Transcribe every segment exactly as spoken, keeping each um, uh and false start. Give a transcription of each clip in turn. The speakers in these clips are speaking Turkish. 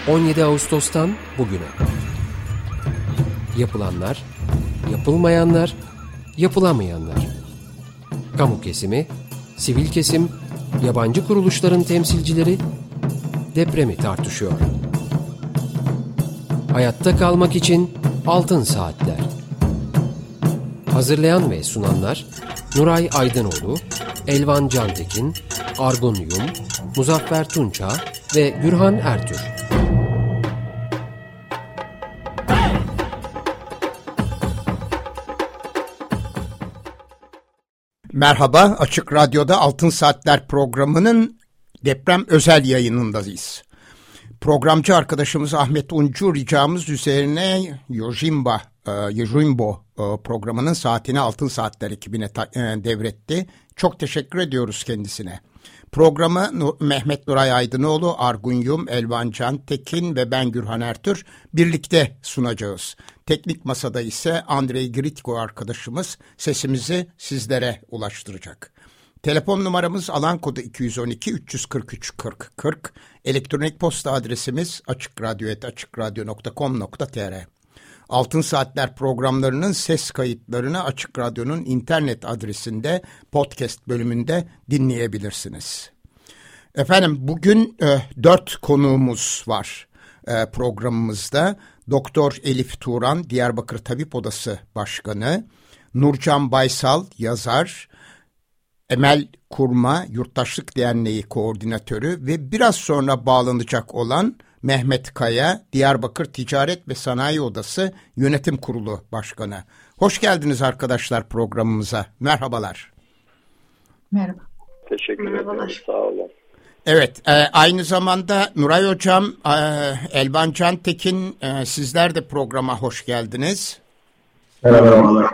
on yedi Ağustos'tan bugüne. Yapılanlar, yapılmayanlar, yapılamayanlar. Kamu kesimi, sivil kesim, yabancı kuruluşların temsilcileri depremi tartışıyor. Hayatta kalmak için altın saatler. Hazırlayan ve sunanlar Nuray Aydınoğlu, Elvan Cantekin, Argun Yum, Muzaffer Tunça ve Gürhan Ertür. Merhaba, Açık Radyo'da Altın Saatler programının deprem özel yayınındayız. Programcı arkadaşımız Ahmet Uncu ricamız üzerine Yojimba, Yojimbo programının saatini Altın Saatler ekibine devretti. Çok teşekkür ediyoruz kendisine. Programı Mehmet Nuray Aydınoğlu, Argun Yum, Elvan Cantekin ve ben Gürhan Ertür birlikte sunacağız. Teknik masada ise Andrei Gritko arkadaşımız sesimizi sizlere ulaştıracak. Telefon numaramız alan kodu iki yüz on iki üç yüz kırk üç kırk kırk. Elektronik posta adresimiz açıkradyo et açıkradyo nokta com nokta tr. Altın Saatler programlarının ses kayıtlarını Açık Radyo'nun internet adresinde podcast bölümünde dinleyebilirsiniz. Efendim bugün e, dört konuğumuz var e, programımızda. Doktor Elif Turan, Diyarbakır Tabip Odası Başkanı, Nurcan Baysal, yazar, Emel Kurma, Yurttaşlık Derneği Koordinatörü ve biraz sonra bağlanacak olan Mehmet Kaya, Diyarbakır Ticaret ve Sanayi Odası Yönetim Kurulu Başkanı. Hoş geldiniz arkadaşlar programımıza. Merhabalar. Merhaba. Teşekkür ederim. Sağ olun. Evet, e, aynı zamanda Nuray Hocam, e, Elvan Cantekin, e, sizler de programa hoş geldiniz. Merhabalar.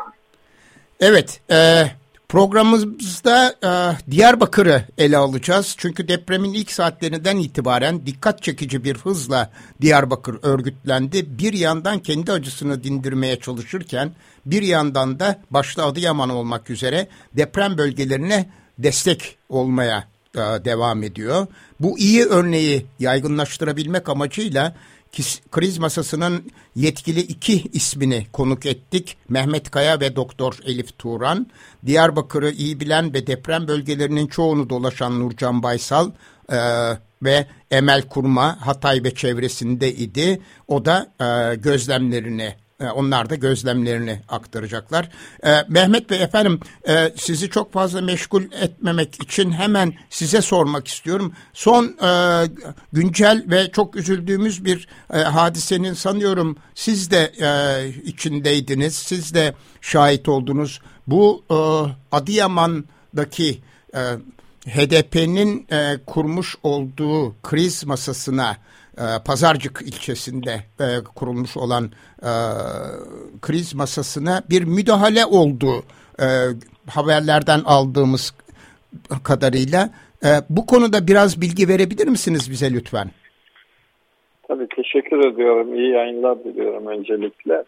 Evet, e, programımızda e, Diyarbakır'ı ele alacağız. Çünkü depremin ilk saatlerinden itibaren dikkat çekici bir hızla Diyarbakır örgütlendi. Bir yandan kendi acısını dindirmeye çalışırken bir yandan da başta Adıyaman olmak üzere deprem bölgelerine destek olmaya devam ediyor. Bu iyi örneği yaygınlaştırabilmek amacıyla kriz masasının yetkili iki ismini konuk ettik. Mehmet Kaya ve Doktor Elif Turan. Diyarbakır'ı iyi bilen ve deprem bölgelerinin çoğunu dolaşan Nurcan Baysal e, ve Emel Kurma Hatay ve çevresinde idi. O da e, gözlemlerini Onlar da gözlemlerini aktaracaklar. Ee, Mehmet Bey efendim e, sizi çok fazla meşgul etmemek için hemen size sormak istiyorum. Son e, güncel ve çok üzüldüğümüz bir e, hadisenin sanıyorum siz de e, içindeydiniz. Siz de şahit oldunuz. Bu e, Adıyaman'daki e, H D P'nin e, kurmuş olduğu kriz masasına Pazarcık ilçesinde e, kurulmuş olan e, kriz masasına bir müdahale oldu e, haberlerden aldığımız kadarıyla. E, bu konuda biraz bilgi verebilir misiniz bize lütfen? Tabii teşekkür ediyorum. İyi yayınlar diliyorum öncelikle.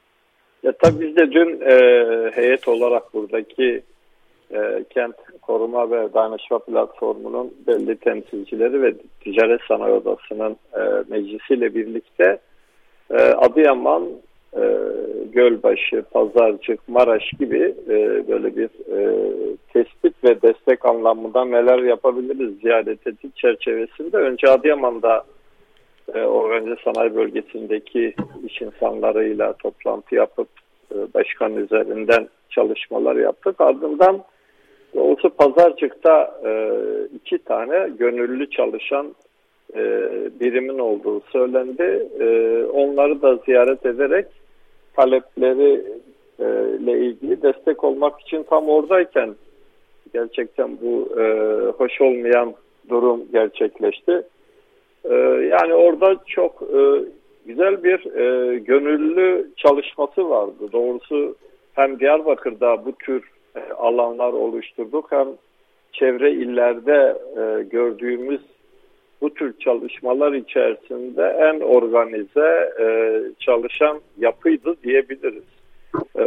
Ya tabii biz de dün e, heyet olarak buradaki e, kent koruma ve dayanışma platformunun belli temsilcileri ve Ticaret Sanayi Odası'nın e, meclisiyle birlikte e, Adıyaman, e, Gölbaşı, Pazarcık, Maraş gibi e, böyle bir e, tespit ve destek anlamında neler yapabiliriz ziyareti çerçevesinde önce Adıyaman'da e, organize sanayi bölgesindeki iş insanlarıyla toplantı yapıp e, başkan üzerinden çalışmalar yaptık. Ardından doğrusu Pazarcık'ta e, iki tane gönüllü çalışan e, birimin olduğu söylendi. E, onları da ziyaret ederek talepleri e, ile ilgili destek olmak için tam oradayken gerçekten bu e, hoş olmayan durum gerçekleşti. E, yani orada çok e, güzel bir e, gönüllü çalışması vardı. Doğrusu hem Diyarbakır'da bu tür alanlar oluşturduk. Hem çevre illerde e, gördüğümüz bu tür çalışmalar içerisinde en organize e, çalışan yapıydı diyebiliriz. E,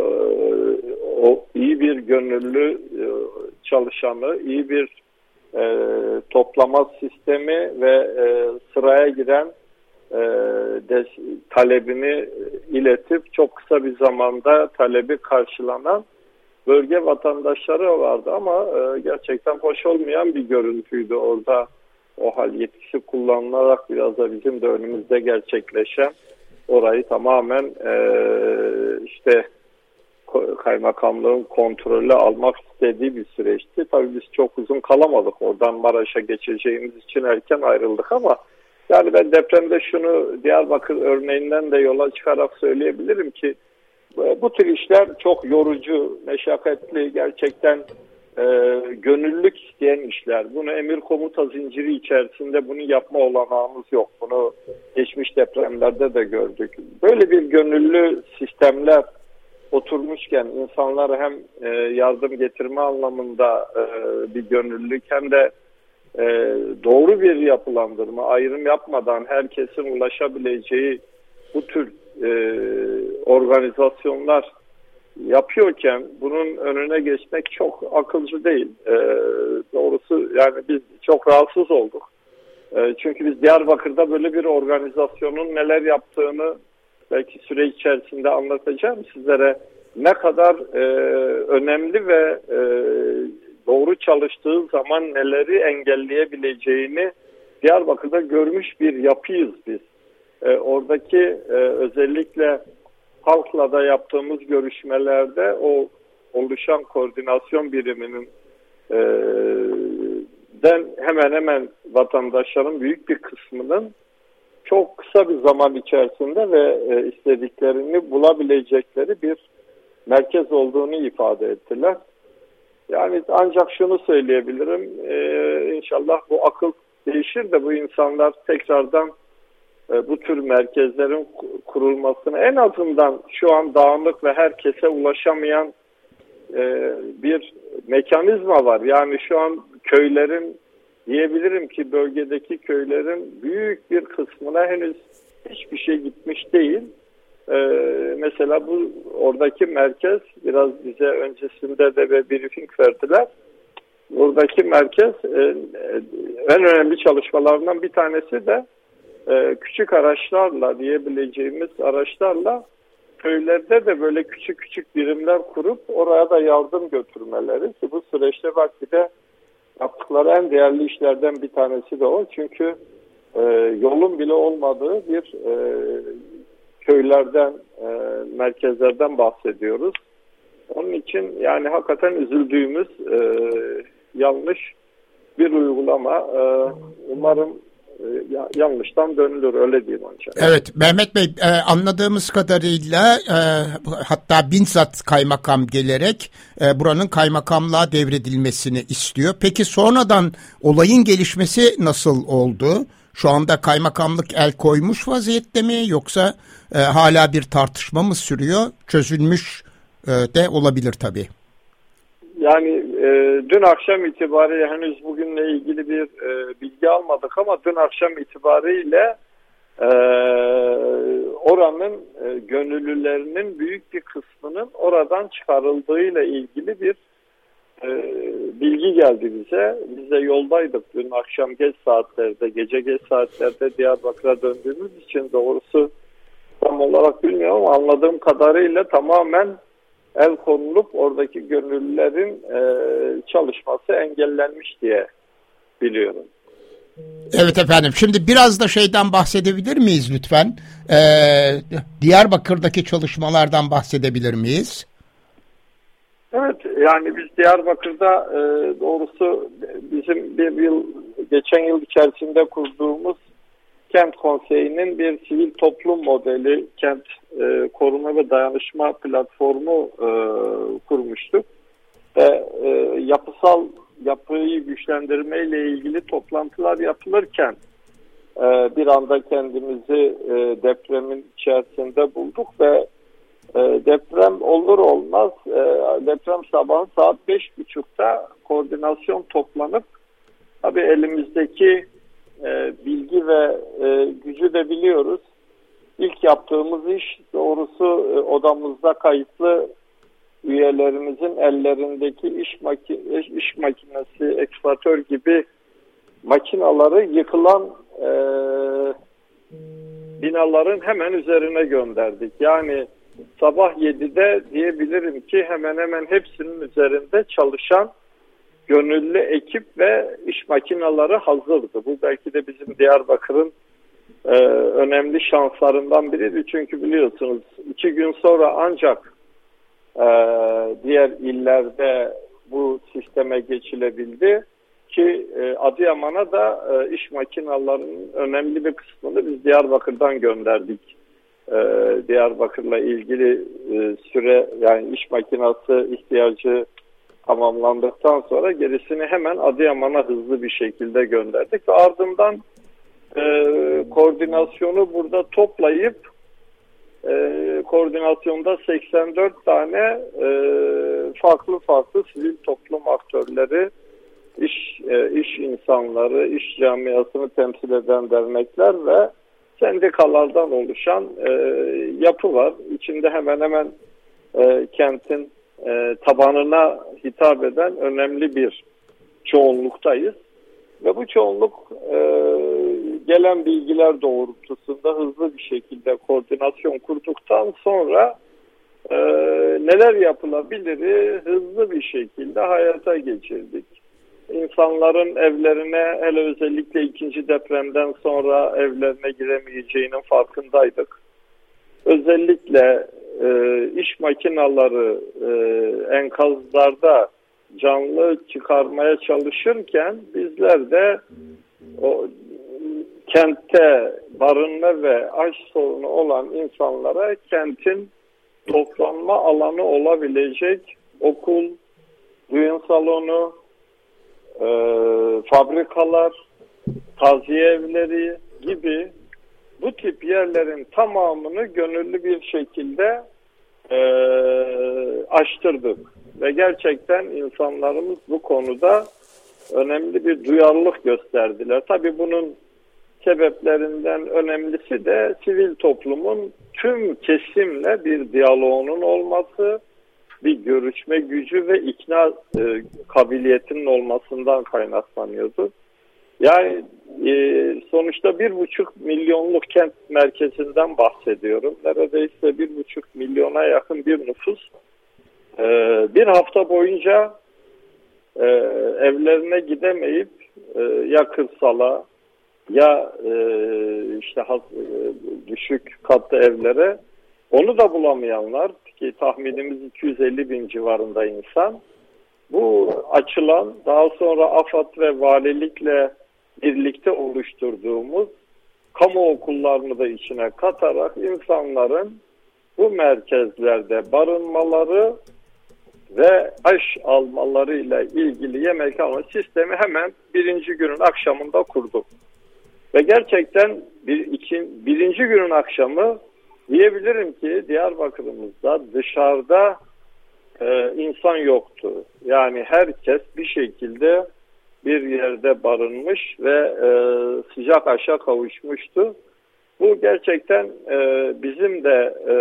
o iyi bir gönüllü e, çalışanı, iyi bir e, toplama sistemi ve e, sıraya giren e, de, talebini iletip çok kısa bir zamanda talebi karşılanan bölge vatandaşları vardı ama e, gerçekten hoş olmayan bir görüntüydü orada. O hal yetkisi kullanılarak biraz da bizim de önümüzde gerçekleşen orayı tamamen e, işte kaymakamlığın kontrolü almak istediği bir süreçti. Tabii biz çok uzun kalamadık. Oradan Maraş'a geçeceğimiz için erken ayrıldık ama yani ben depremde şunu Diyarbakır örneğinden de yola çıkarak söyleyebilirim ki bu tür işler çok yorucu, meşakkatli, gerçekten e, gönüllülük isteyen işler. Bunu emir komuta zinciri içerisinde bunu yapma olanağımız yok. Bunu geçmiş depremlerde de gördük. Böyle bir gönüllü sistemler oturmuşken insanlar hem e, yardım getirme anlamında e, bir gönüllülük hem de e, doğru bir yapılandırma, ayrım yapmadan herkesin ulaşabileceği bu tür e, organizasyonlar yapıyorken bunun önüne geçmek çok akılcı değil. E, doğrusu yani biz çok rahatsız olduk. E, çünkü biz Diyarbakır'da böyle bir organizasyonun neler yaptığını belki süre içerisinde anlatacağım sizlere. Ne kadar e, önemli ve e, doğru çalıştığı zaman neleri engelleyebileceğini Diyarbakır'da görmüş bir yapıyız biz. E, oradaki e, özellikle halkla da yaptığımız görüşmelerde o oluşan koordinasyon biriminin e, den hemen hemen vatandaşların büyük bir kısmının çok kısa bir zaman içerisinde ve e, istediklerini bulabilecekleri bir merkez olduğunu ifade ettiler. Yani ancak şunu söyleyebilirim, e, inşallah bu akıl değişir de bu insanlar tekrardan e, bu tür merkezlerin kurulmasını en azından şu an dağınık ve herkese ulaşamayan e, bir mekanizma var. Yani şu an köylerin diyebilirim ki bölgedeki köylerin büyük bir kısmına henüz hiçbir şey gitmiş değil. Ee, mesela bu oradaki merkez biraz bize öncesinde de bir briefing verdiler. Buradaki merkez e, en önemli çalışmalarından bir tanesi de e, küçük araçlarla diyebileceğimiz araçlarla köylerde de böyle küçük küçük birimler kurup oraya da yardım götürmeleri ki bu süreçte belki de yaptıkları en değerli işlerden bir tanesi de o. Çünkü e, yolun bile olmadığı bir e, köylerden, e, merkezlerden bahsediyoruz. Onun için yani hakikaten üzüldüğümüz e, yanlış bir uygulama. E, umarım e, yanlıştan dönülür, öyle diyeyim ancak. Evet Mehmet Bey, e, anladığımız kadarıyla e, hatta bizzat kaymakam gelerek e, buranın kaymakamlığa devredilmesini istiyor. Peki sonradan olayın gelişmesi nasıl oldu? Şu anda kaymakamlık el koymuş vaziyette mi yoksa e, hala bir tartışma mı sürüyor? Çözülmüş e, de olabilir tabii. Yani e, dün akşam itibariyle henüz bugünle ilgili bir e, bilgi almadık ama dün akşam itibariyle e, oranın e, gönüllülerinin büyük bir kısmının oradan çıkarıldığıyla ilgili bir e, bilgi geldi bize. Biz de yoldaydık dün akşam geç saatlerde, gece geç saatlerde Diyarbakır'a döndüğümüz için doğrusu tam olarak bilmiyorum ama anladığım kadarıyla tamamen el konulup oradaki gönüllülerin e, çalışması engellenmiş diye biliyorum. Evet efendim. Şimdi biraz da şeyden bahsedebilir miyiz lütfen? Ee, Diyarbakır'daki çalışmalardan bahsedebilir miyiz? Evet, yani biz Diyarbakır'da e, doğrusu bizim bir yıl, geçen yıl içerisinde kurduğumuz Kent Konseyi'nin bir sivil toplum modeli, kent e, koruma ve dayanışma platformu e, kurmuştuk. Ve e, yapısal yapıyı güçlendirmeyle ilgili toplantılar yapılırken e, bir anda kendimizi e, depremin içerisinde bulduk ve e, deprem olur olmaz e, deprem sabahı saat beş buçukta koordinasyon toplanıp tabii elimizdeki e, bilgi ve e, gücü de biliyoruz. İlk yaptığımız iş doğrusu e, odamızda kayıtlı üyelerimizin ellerindeki iş, maki- iş makinesi, ekskavatör gibi makinaları yıkılan e, binaların hemen üzerine gönderdik. Yani sabah yedide diyebilirim ki hemen hemen hepsinin üzerinde çalışan gönüllü ekip ve iş makineleri hazırdı. Bu belki de bizim Diyarbakır'ın e, önemli şanslarından biriydi. Çünkü biliyorsunuz iki gün sonra ancak e, diğer illerde bu sisteme geçilebildi ki e, Adıyaman'a da e, iş makinelerinin önemli bir kısmını biz Diyarbakır'dan gönderdik. E, Diyarbakır'la ilgili e, süre, yani iş makinesi ihtiyacı tamamlandıktan sonra gerisini hemen Adıyaman'a hızlı bir şekilde gönderdik ve ardından e, koordinasyonu burada toplayıp e, koordinasyonda seksen dört tane e, farklı farklı sivil toplum aktörleri, iş e, iş insanları, iş camiasını temsil eden dernekler ve sendikalardan oluşan e, yapı var. İçinde hemen hemen e, kentin e, tabanına hitap eden önemli bir çoğunluktayız. Ve bu çoğunluk e, gelen bilgiler doğrultusunda hızlı bir şekilde koordinasyon kurduktan sonra e, neler yapılabilir hızlı bir şekilde hayata geçirdik. İnsanların evlerine, hele özellikle ikinci depremden sonra evlerine giremeyeceğinin farkındaydık. Özellikle e, iş makineleri e, enkazlarda canlı çıkarmaya çalışırken bizler de o kentte barınma ve aş sorunu olan insanlara kentin toplanma alanı olabilecek okul, düğün salonu, e, fabrikalar, taziye evleri gibi bu tip yerlerin tamamını gönüllü bir şekilde e, açtırdık. Ve gerçekten insanlarımız bu konuda önemli bir duyarlılık gösterdiler. Tabii bunun sebeplerinden önemlisi de sivil toplumun tüm kesimle bir diyaloğunun olması, bir görüşme gücü ve ikna e, kabiliyetinin olmasından kaynaklanıyordu. Yani e, sonuçta bir buçuk milyonluk kent merkezinden bahsediyorum. Neredeyse bir buçuk milyona yakın bir nüfus e, bir hafta boyunca e, evlerine gidemeyip e, ya kırsala ya e, işte has, e, düşük katlı evlere, onu da bulamayanlar ki tahminimiz iki yüz elli bin civarında insan, bu açılan, daha sonra AFAD ve valilikle birlikte oluşturduğumuz kamu okullarını da içine katarak insanların bu merkezlerde barınmaları ve aş almalarıyla ilgili yemek alma sistemi hemen birinci günün akşamında kurduk. Ve gerçekten bir, iki, birinci günün akşamı diyebilirim ki Diyarbakır'ımızda dışarıda e, insan yoktu. Yani herkes bir şekilde bir yerde barınmış ve e, sıcak aşa kavuşmuştu. Bu gerçekten e, bizim de e,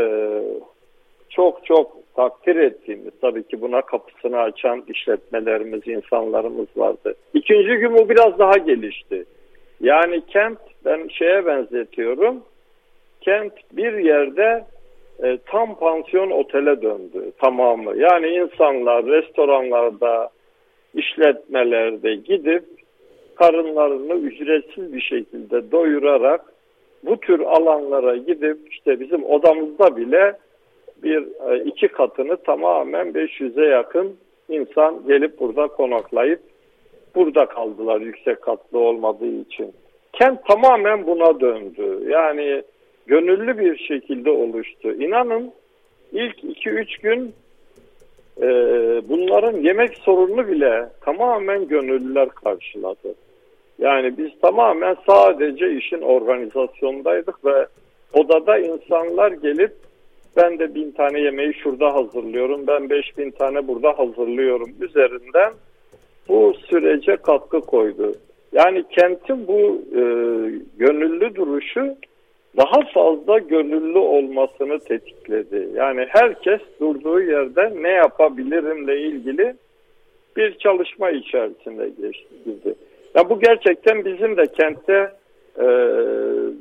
çok çok takdir ettiğimiz, tabii ki buna kapısını açan işletmelerimiz, insanlarımız vardı. İkinci gün bu biraz daha gelişti. Yani kent, ben şeye benzetiyorum, kent bir yerde e, tam pansiyon otele döndü tamamı. Yani insanlar restoranlarda, işletmelerde gidip karınlarını ücretsiz bir şekilde doyurarak bu tür alanlara gidip, işte bizim odamızda bile bir iki katını tamamen beş yüze yakın insan gelip burada konaklayıp burada kaldılar, yüksek katlı olmadığı için. Kent tamamen buna döndü. Yani gönüllü bir şekilde oluştu. İnanın ilk iki üç gün e, bunların yemek sorununu bile tamamen gönüllüler karşıladı. Yani biz tamamen sadece işin organizasyondaydık ve odada insanlar gelip ben de bin tane yemeği şurada hazırlıyorum, ben beş bin tane burada hazırlıyorum üzerinden bu sürece katkı koydu. Yani kentin bu e, gönüllü duruşu daha fazla gönüllü olmasını tetikledi. Yani herkes durduğu yerde ne yapabilirimle ilgili bir çalışma içerisinde geçti. Ya bu gerçekten bizim de kentte e,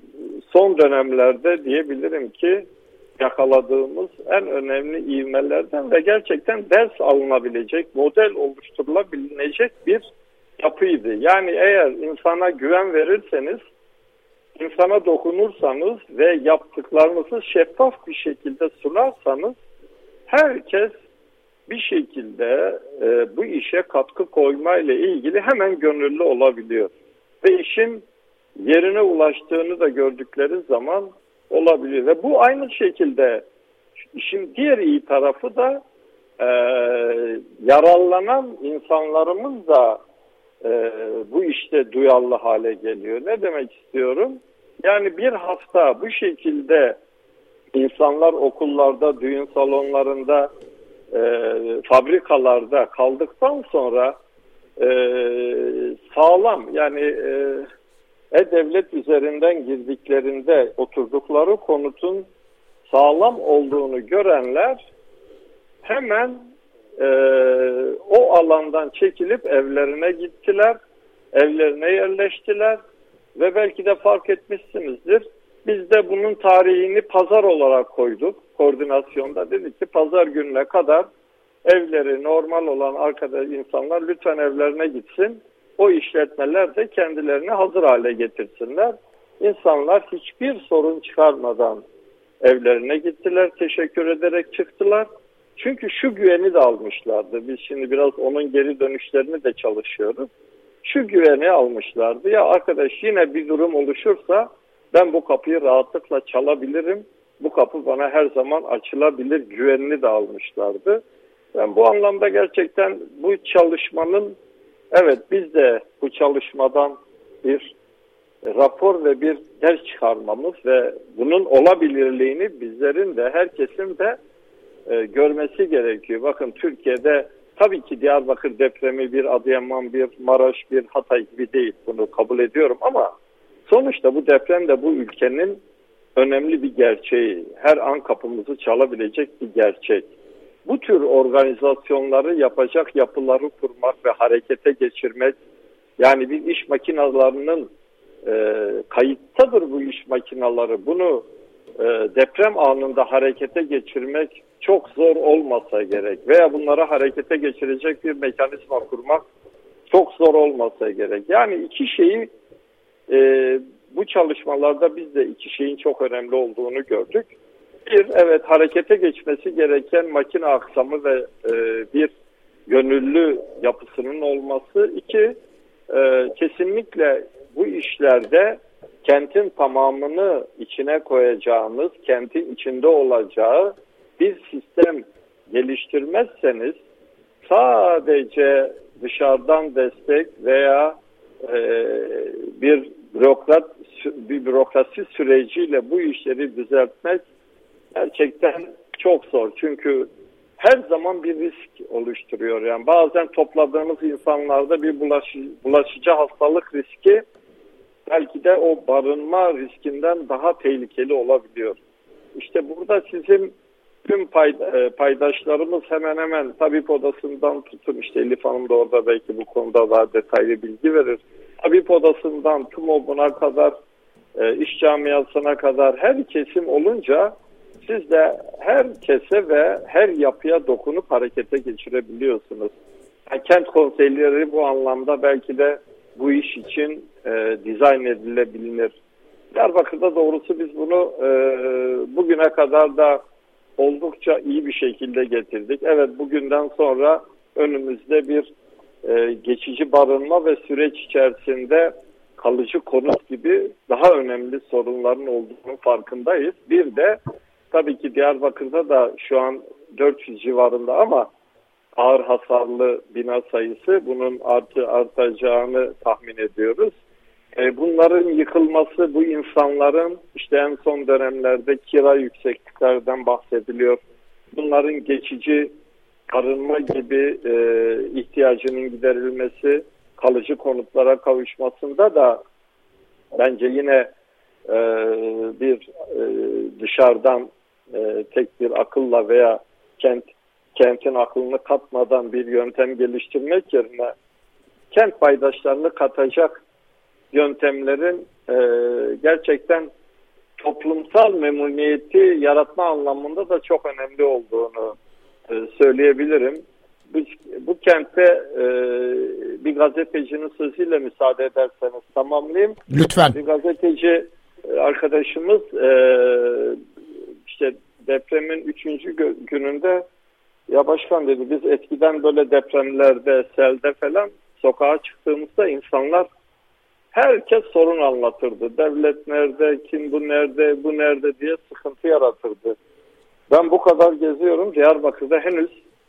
son dönemlerde diyebilirim ki yakaladığımız en önemli ivmelerden ve gerçekten ders alınabilecek, model oluşturulabilecek bir yapıydı. Yani eğer insana güven verirseniz, insana dokunursanız ve yaptıklarınızı şeffaf bir şekilde sunarsanız herkes bir şekilde e, bu işe katkı koymayla ilgili hemen gönüllü olabiliyor. Ve işin yerine ulaştığını da gördükleri zaman olabiliyor. Ve bu aynı şekilde işin diğer iyi tarafı da e, yararlanan insanlarımız da e, bu işte duyarlı hale geliyor. Ne demek istiyorum? Yani bir hafta bu şekilde insanlar okullarda, düğün salonlarında, e, fabrikalarda kaldıktan sonra e, sağlam yani e, e-devlet üzerinden girdiklerinde oturdukları konutun sağlam olduğunu görenler hemen e, o alandan çekilip evlerine gittiler, evlerine yerleştiler ve belki de fark etmişsinizdir. Biz de bunun tarihini pazar olarak koyduk. Koordinasyonda dedik ki pazar gününe kadar evleri normal olan arkadaş insanlar lütfen evlerine gitsin. O işletmeler de kendilerini hazır hale getirsinler. İnsanlar hiçbir sorun çıkarmadan evlerine gittiler. Teşekkür ederek çıktılar. Çünkü şu güveni de almışlardı. Biz şimdi biraz onun geri dönüşlerini de çalışıyoruz. Şu güveni almışlardı. Ya arkadaş yine bir durum oluşursa ben bu kapıyı rahatlıkla çalabilirim. Bu kapı bana her zaman açılabilir güvenini de almışlardı. Ben bu anlamda gerçekten bu çalışmanın, evet biz de bu çalışmadan bir rapor ve bir ders çıkarmamız ve bunun olabilirliğini bizlerin de herkesin de e, görmesi gerekiyor. Bakın Türkiye'de tabii ki Diyarbakır depremi bir Adıyaman, bir Maraş, bir Hatay gibi değil. Bunu kabul ediyorum ama sonuçta bu deprem de bu ülkenin önemli bir gerçeği. Her an kapımızı çalabilecek bir gerçek. Bu tür organizasyonları yapacak yapıları kurmak ve harekete geçirmek, yani bir iş makinalarının e, kayıttadır bu iş makinaları. Bunu e, deprem anında harekete geçirmek çok zor olmasa gerek veya bunları harekete geçirecek bir mekanizma kurmak çok zor olmasa gerek. Yani iki şeyi e, bu çalışmalarda biz de iki şeyin çok önemli olduğunu gördük. Bir, evet harekete geçmesi gereken makine aksamı ve e, bir gönüllü yapısının olması. İki, e, kesinlikle bu işlerde kentin tamamını içine koyacağınız, kentin içinde olacağı bir sistem geliştirmezseniz sadece dışarıdan destek veya e, bir bürokrat bir bürokrasi süreciyle bu işleri düzeltmek gerçekten çok zor. Çünkü her zaman bir risk oluşturuyor. Yani bazen topladığımız insanlarda bir bulaşı, bulaşıcı hastalık riski belki de o barınma riskinden daha tehlikeli olabiliyor. İşte burada sizin tüm paydaşlarımız hemen hemen tabip odasından tutun, işte Elif Hanım da orada belki bu konuda daha detaylı bilgi verir. Tabip odasından TUMOB'una kadar, iş camiasına kadar her kesim olunca siz de herkese ve her yapıya dokunup harekete geçirebiliyorsunuz. Yani kent konseyleri bu anlamda belki de bu iş için e, dizayn edilebilir. Diyarbakır'da doğrusu biz bunu e, bugüne kadar da oldukça iyi bir şekilde getirdik. Evet, bugünden sonra önümüzde bir e, geçici barınma ve süreç içerisinde kalıcı konut gibi daha önemli sorunların olduğunun farkındayız. Bir de tabii ki Diyarbakır'da da şu an dört yüz civarında ama ağır hasarlı bina sayısı bunun artı artacağını tahmin ediyoruz. E, bunların yıkılması, bu insanların işte en son dönemlerde kira yüksekliklerden bahsediliyor. Bunların geçici barınma gibi e, ihtiyacının giderilmesi, kalıcı konutlara kavuşmasında da bence yine e, bir e, dışarıdan e, tek bir akılla veya kent kentin aklını katmadan bir yöntem geliştirmek yerine kent paydaşlarını katacak yöntemlerin e, gerçekten toplumsal memnuniyeti yaratma anlamında da çok önemli olduğunu e, söyleyebilirim. Bu, bu kentte e, bir gazetecinin sözüyle müsaade ederseniz tamamlayayım. Lütfen. Bir gazeteci arkadaşımız e, işte depremin üçüncü gününde ya başkan dedi, biz eskiden böyle depremlerde, selde falan sokağa çıktığımızda insanlar, herkes sorun anlatırdı. Devlet nerede, kim bu nerede, bu nerede diye sıkıntı yaratırdı. Ben bu kadar geziyorum, Diyarbakır'da henüz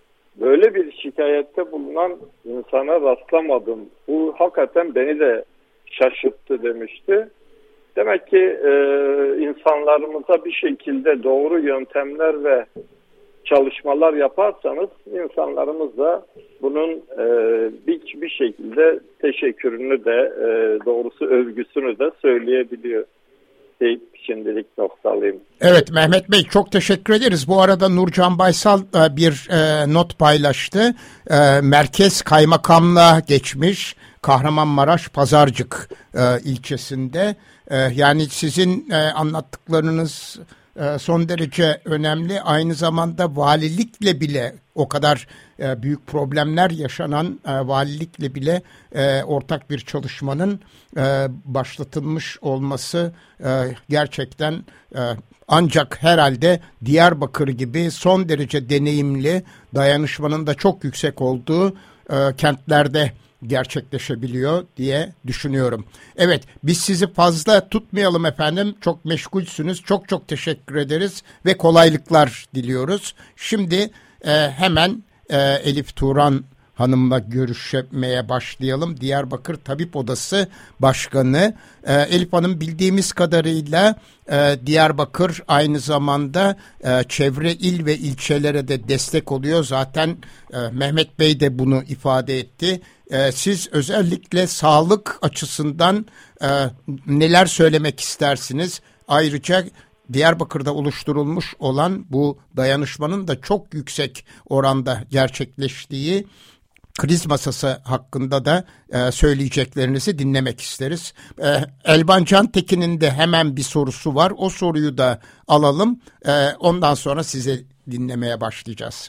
böyle bir şikayette bulunan insana rastlamadım. Bu hakikaten beni de şaşırttı demişti. Demek ki e, insanlarımıza bir şekilde doğru yöntemler ve çalışmalar yaparsanız insanlarımız da bunun e, bir, bir şekilde teşekkürünü de e, doğrusu övgüsünü de söyleyebiliyor. Deyip şimdilik noktalayayım. Evet Mehmet Bey, çok teşekkür ederiz. Bu arada Nurcan Baysal e, bir e, not paylaştı. E, merkez kaymakamlığa geçmiş Kahramanmaraş Pazarcık e, ilçesinde. E, yani sizin e, anlattıklarınız e, son derece önemli. Aynı zamanda valilikle bile o kadar e, büyük problemler yaşanan e, valilikle bile e, ortak bir çalışmanın e, başlatılmış olması e, gerçekten e, ancak herhalde Diyarbakır gibi son derece deneyimli, dayanışmanın da çok yüksek olduğu e, kentlerde gerçekleşebiliyor diye düşünüyorum. Evet, biz sizi fazla tutmayalım efendim. Çok meşgulsünüz. Çok çok teşekkür ederiz ve kolaylıklar diliyoruz. Şimdi e, hemen e, Elif Turan Hanım'la görüşmeye başlayalım. Diyarbakır Tabip Odası Başkanı. E, Elif Hanım, bildiğimiz kadarıyla e, Diyarbakır aynı zamanda e, çevre il ve ilçelere de destek oluyor. Zaten e, Mehmet Bey de bunu ifade etti. E, siz özellikle sağlık açısından e, neler söylemek istersiniz? Ayrıca Diyarbakır'da oluşturulmuş olan bu dayanışmanın da çok yüksek oranda gerçekleştiği kriz masası hakkında da e, söyleyeceklerinizi dinlemek isteriz. E, Elvan Cantekin'in de hemen bir sorusu var. O soruyu da alalım. E, ondan sonra sizi dinlemeye başlayacağız.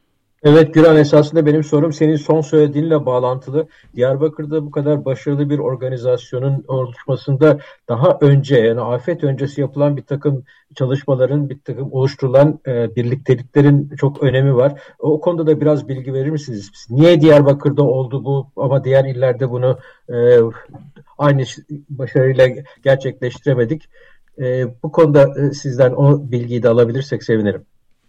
Evet Güran, esasında benim sorum senin son söylediğinle bağlantılı. Diyarbakır'da bu kadar başarılı bir organizasyonun oluşmasında daha önce, yani afet öncesi yapılan bir takım çalışmaların, bir takım oluşturulan e, birlikteliklerin çok önemi var. O, o konuda da biraz bilgi verir misiniz? Niye Diyarbakır'da oldu bu ama diğer illerde bunu e, aynı başarıyla gerçekleştiremedik? E, bu konuda e, sizden o bilgiyi de alabilirsek sevinirim.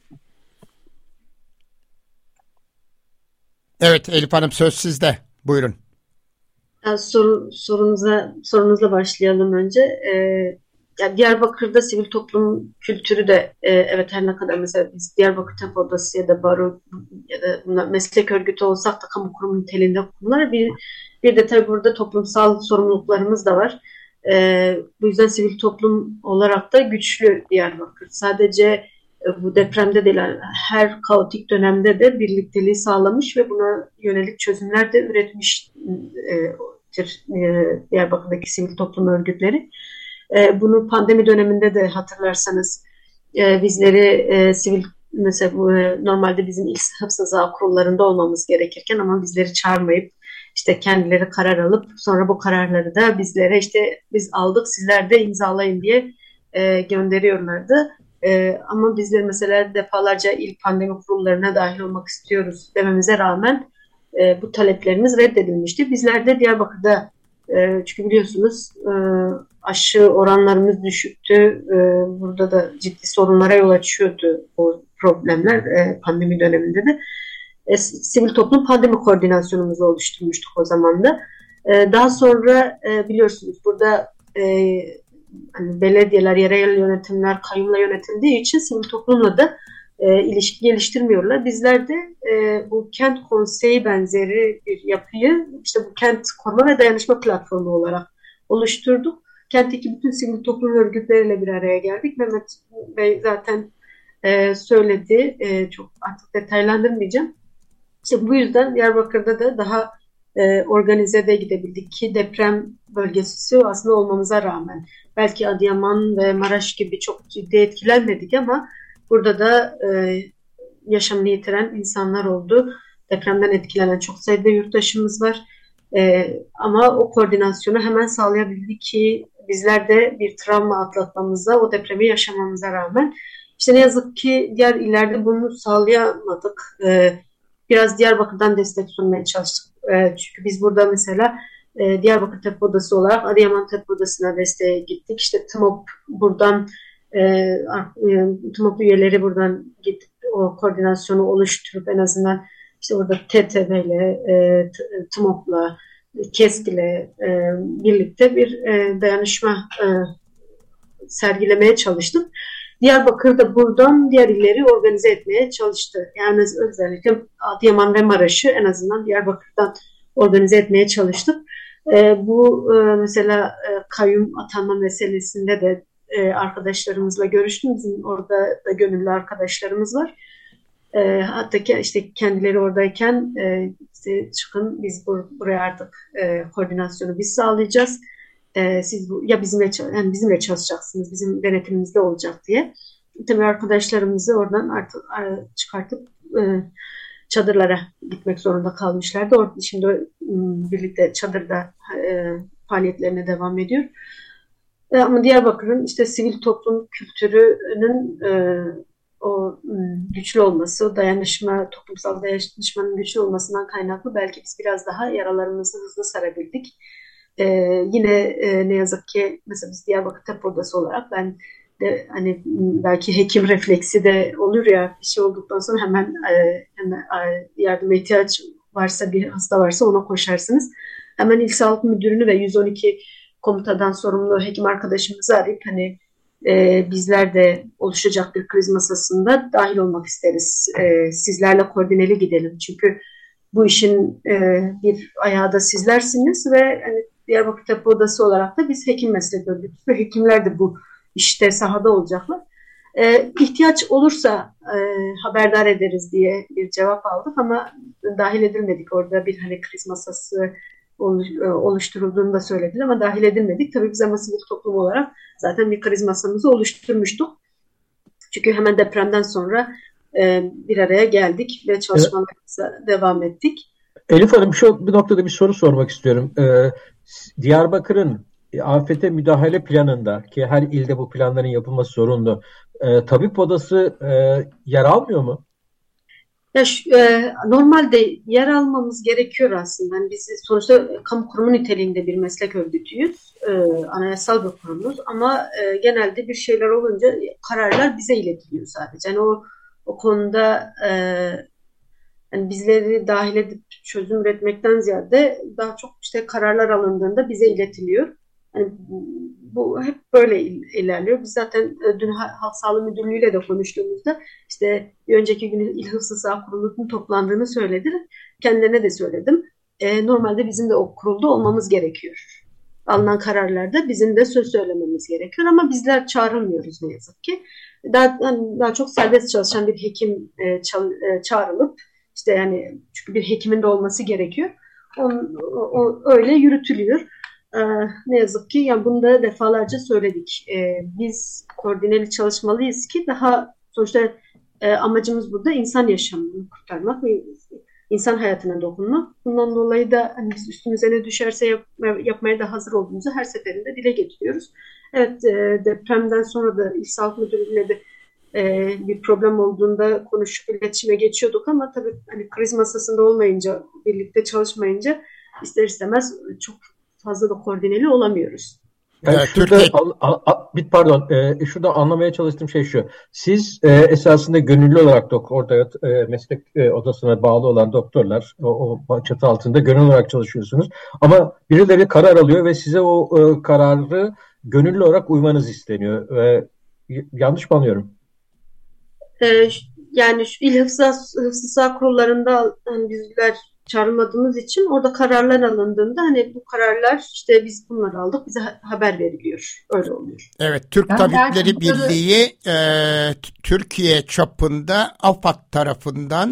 Evet Elif Hanım, söz sizde. Buyurun. Soru, sorunuza, sorunuzla başlayalım önce. Ee, yani Diyarbakır'da sivil toplum kültürü de e, evet, her ne kadar mesela biz Diyarbakır Tabip Odası ya da baro ya da meslek örgütü olsak da kamu kurumu niteliğinde kurumlar, bir, bir de tabii burada toplumsal sorumluluklarımız da var. Ee, bu yüzden sivil toplum olarak da güçlü Diyarbakır. Sadece bu depremde değil, her kaotik dönemde de birlikteliği sağlamış ve buna yönelik çözümler de üretmiştir e, Diyarbakır'daki sivil toplum örgütleri. E, bunu pandemi döneminde de hatırlarsanız e, bizleri e, sivil mesela bu, e, normalde bizim ilk hıfzı zaha kurullarında olmamız gerekirken ama bizleri çağırmayıp işte kendileri karar alıp sonra bu kararları da bizlere işte biz aldık sizler de imzalayın diye e, gönderiyorlardı. Ee, ama bizler mesela defalarca il pandemi kurullarına dahil olmak istiyoruz dememize rağmen e, bu taleplerimiz reddedilmişti. Bizler de Diyarbakır'da e, çünkü biliyorsunuz e, aşı oranlarımız düşüktü. E, burada da ciddi sorunlara yol açıyordu o problemler e, pandemi döneminde de. E, sivil toplum pandemi koordinasyonumuzu oluşturmuştuk o zaman da. E, daha sonra e, biliyorsunuz burada e, hani belediyeler, yerel yönetimler kayyumla yönetildiği için sivil toplumla da e, ilişki geliştirmiyorlar. Bizler de e, bu kent konseyi benzeri bir yapıyı işte bu kent koruma ve dayanışma platformu olarak oluşturduk. Kentteki bütün sivil toplum örgütleriyle bir araya geldik. Mehmet Bey zaten e, söyledi. E, çok artık detaylandırmayacağım. İşte bu yüzden Diyarbakır'da da daha e, organize de gidebildik ki deprem bölgesi aslında olmamıza rağmen. Belki Adıyaman ve Maraş gibi çok ciddi etkilenmedik ama burada da e, yaşamını yitiren insanlar oldu. Depremden etkilenen çok sayıda yurttaşımız var. E, ama o koordinasyonu hemen sağlayabildik ki bizler de bir travma atlatmamıza, o depremi yaşamamıza rağmen işte ne yazık ki diğer illerde bunu sağlayamadık. E, biraz Diyarbakır'dan destek sunmaya çalıştık. E, çünkü biz burada mesela e, Diyarbakır Tabip Odası olarak Adıyaman Tabip Odası'na desteğe gittik. İşte T M O P buradan e, e, T M O P üyeleri buradan gidip o koordinasyonu oluşturup en azından işte orada T T B ile, e, T M O P'la, KESK ile e, birlikte bir e, dayanışma e, sergilemeye çalıştık. Diyarbakır da buradan diğer illeri organize etmeye çalıştı. Yani özellikle Adıyaman ve Maraş'ı en azından Diyarbakır'dan organize etmeye çalıştık. E, bu e, mesela e, kayyum atanma meselesinde de e, arkadaşlarımızla görüştüm. Bizim orada da gönüllü arkadaşlarımız var. E, hatta ki işte kendileri oradayken e, işte çıkın biz bur- buraya artık e, koordinasyonu biz sağlayacağız. E, siz bu, ya bizimle yani bizimle çalışacaksınız, bizim denetimimizde olacak diye. Tabii arkadaşlarımızı oradan artık çıkartıp e, çadırlara gitmek zorunda kalmışlardı. Orada şimdi e, birlikte çadırda e, faaliyetlerine devam ediyor. E, ama Diyarbakır'ın işte sivil toplum kültürünün e, o güçlü olması, o dayanışma, toplumsal dayanışmanın güçlü olmasından kaynaklı belki biz biraz daha yaralarımızı hızlı sarabildik. Ee, yine e, ne yazık ki mesela biz Diyarbakır Tabip Odası olarak ben de hani belki hekim refleksi de olur ya bir şey olduktan sonra hemen, e, hemen e, yardıma ihtiyaç varsa bir hasta varsa ona koşarsınız. Hemen İl Sağlık Müdürünü ve yüz on iki komutadan sorumlu hekim arkadaşımızı arayıp hani e, bizler de oluşacak bir kriz masasında dahil olmak isteriz. E, sizlerle koordineli gidelim. Çünkü bu işin e, bir ayağı da sizlersiniz ve hani Diyarbakır Tabip Odası olarak da biz hekim meslek örgütü ve hekimler de bu işte sahada olacaklar. E, ihtiyaç olursa e, haberdar ederiz diye bir cevap aldık ama dahil edilmedik. Orada bir hani kriz masası oluşturulduğunu da söylediler ama dahil edilmedik. Tabii biz ama sivil toplum olarak zaten bir kriz masamızı oluşturmuştuk. Çünkü hemen depremden sonra e, bir araya geldik ve çalışmalarımıza evet. devam ettik. Elif Hanım şu bir noktada bir soru sormak istiyorum. Ee, Diyarbakır'ın afete müdahale planında ki her ilde bu planların yapılması zorunlu. E, tabip odası e, yer almıyor mu? Ya şu, e, normalde yer almamız gerekiyor aslında. Yani biz sonuçta kamu kurumu niteliğinde bir meslek örgütüyüz. E, anayasal bir kurumuz ama e, genelde bir şeyler olunca kararlar bize iletiliyor sadece. Yani o o konuda e, yani bizleri dahil edip çözüm üretmekten ziyade daha çok işte kararlar alındığında bize iletiliyor. Yani bu hep böyle ilerliyor. Biz zaten dün Halk Sağlığı Müdürlüğü ile de konuştuğumuzda işte bir önceki gün İl Hıfzı Sağ Kurulu'nun toplandığını söylediler. Kendilerine de söyledim. E, normalde bizim de o kurulda olmamız gerekiyor. Alınan kararlarda bizim de söz söylememiz gerekiyor ama bizler çağrılmıyoruz ne yazık ki. Daha, daha çok serbest çalışan bir hekim e, çal, e, çağrılıp işte yani çünkü bir hekimin de olması gerekiyor. O, o, öyle yürütülüyor. Ee, ne yazık ki yani bunu da defalarca söyledik. Ee, biz koordineli çalışmalıyız ki daha sonuçta e, amacımız burada insan yaşamını kurtarmak ve insan hayatına dokunmak. Bundan dolayı da hani biz üstümüze ne düşerse yapmaya, yapmaya da hazır olduğumuzu her seferinde dile getiriyoruz. Evet e, depremden sonra da İl Sağlık Müdürlüğü'yle de e, bir problem olduğunda konuşup iletişime geçiyorduk ama tabii hani kriz masasında olmayınca, birlikte çalışmayınca ister istemez çok fazla da koordineli olamıyoruz. Yani evet, şurada, Türkiye... a, a, bir pardon, e, şurada anlamaya çalıştığım şey şu. Siz e, esasında gönüllü olarak dok, orada e, meslek e, odasına bağlı olan doktorlar o, o çatı altında gönüllü olarak çalışıyorsunuz. Ama birileri karar alıyor ve size o e, kararı gönüllü olarak uymanız isteniyor. E, yanlış mı anlıyorum? E, yani şu İl Hıfzı, Hıfzı Sağ kurullarında hani bizler çağrılmadığımız için orada kararlar alındığında hani bu kararlar işte biz bunları aldık bize haber veriliyor. Öyle oluyor. Evet, Türk ben Tabipleri Birliği e, Türkiye çapında AFAD tarafından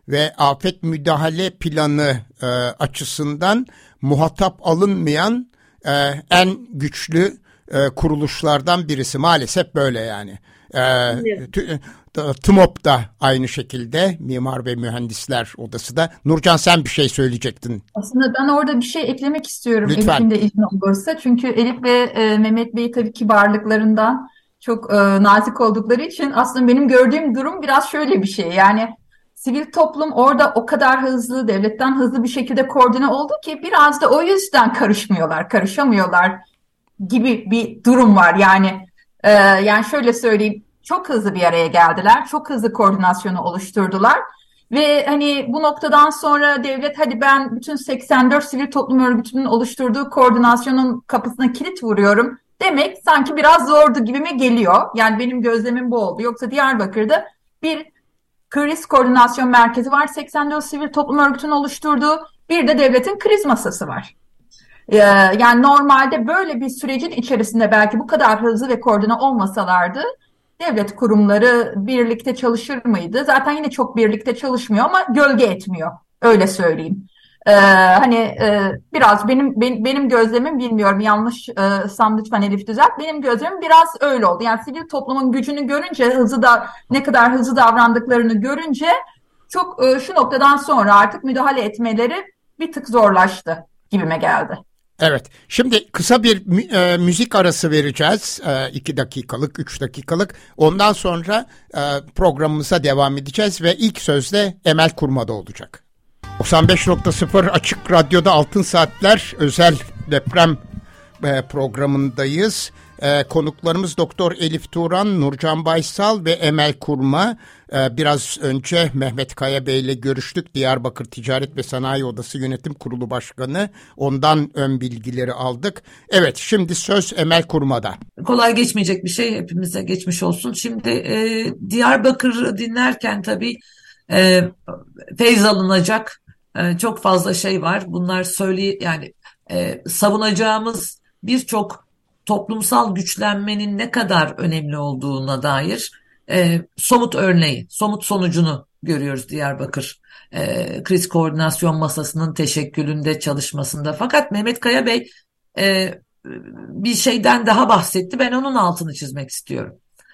ve afet müdahale planı e, açısından muhatap alınmayan e, en güçlü e, kuruluşlardan birisi. Maalesef böyle yani. E, evet. TMOP da aynı şekilde, Mimar ve Mühendisler Odası da. Nurcan, sen bir şey söyleyecektin. Aslında ben orada bir şey eklemek istiyorum. Lütfen. Elif'in de izni olursa. Çünkü Elif ve e, Mehmet Bey tabii kibarlıklarından çok e, nazik oldukları için aslında benim gördüğüm durum biraz şöyle bir şey. Yani sivil toplum orada o kadar hızlı, devletten hızlı bir şekilde koordine oldu ki biraz da o yüzden karışmıyorlar, karışamıyorlar gibi bir durum var. Yani e, yani şöyle söyleyeyim. Çok hızlı bir araya geldiler. Çok hızlı koordinasyonu oluşturdular. Ve hani bu noktadan sonra devlet hadi ben bütün seksen dört sivil toplum örgütünün oluşturduğu koordinasyonun kapısına kilit vuruyorum demek sanki biraz zordu gibime geliyor. Yani benim gözlemim bu oldu. Yoksa Diyarbakır'da bir kriz koordinasyon merkezi var. seksen dört sivil toplum örgütünün oluşturduğu, bir de devletin kriz masası var. Ee, yani normalde böyle bir sürecin içerisinde belki bu kadar hızlı ve koordine olmasalardı devlet kurumları birlikte çalışır mıydı? Zaten yine çok birlikte çalışmıyor ama gölge etmiyor. Öyle söyleyeyim. Ee, hani e, biraz benim, benim benim gözlemim, bilmiyorum, yanlışsam lütfen Elif düzelt. Benim gözlemim biraz öyle oldu. Yani sivil toplumun gücünü görünce, hızlı da ne kadar hızlı davrandıklarını görünce çok e, şu noktadan sonra artık müdahale etmeleri bir tık zorlaştı gibime geldi. Evet, şimdi kısa bir mü, e, müzik arası vereceğiz. E, iki dakikalık, üç dakikalık. Ondan sonra e, programımıza devam edeceğiz ve ilk sözde Emel Kurma'da olacak. doksan beş nokta sıfır Açık Radyo'da Altın Saatler özel deprem e, programındayız. E, konuklarımız Doktor Elif Turan, Nurcan Baysal ve Emel Kurma. E, biraz önce Mehmet Kaya Bey ile görüştük. Diyarbakır Ticaret ve Sanayi Odası Yönetim Kurulu Başkanı. Ondan ön bilgileri aldık. Evet, şimdi söz Emel Kurma'da. Kolay geçmeyecek bir şey, hepimize geçmiş olsun. Şimdi e, Diyarbakır'ı dinlerken tabii e, feyz alınacak e, çok fazla şey var. Bunlar söyle yani e, savunacağımız birçok toplumsal güçlenmenin ne kadar önemli olduğuna dair e, somut örneği, somut sonucunu görüyoruz Diyarbakır e, Kriz Koordinasyon Masası'nın teşekkülünde, çalışmasında. Fakat Mehmet Kaya Bey e, bir şeyden daha bahsetti. Ben onun altını çizmek istiyorum.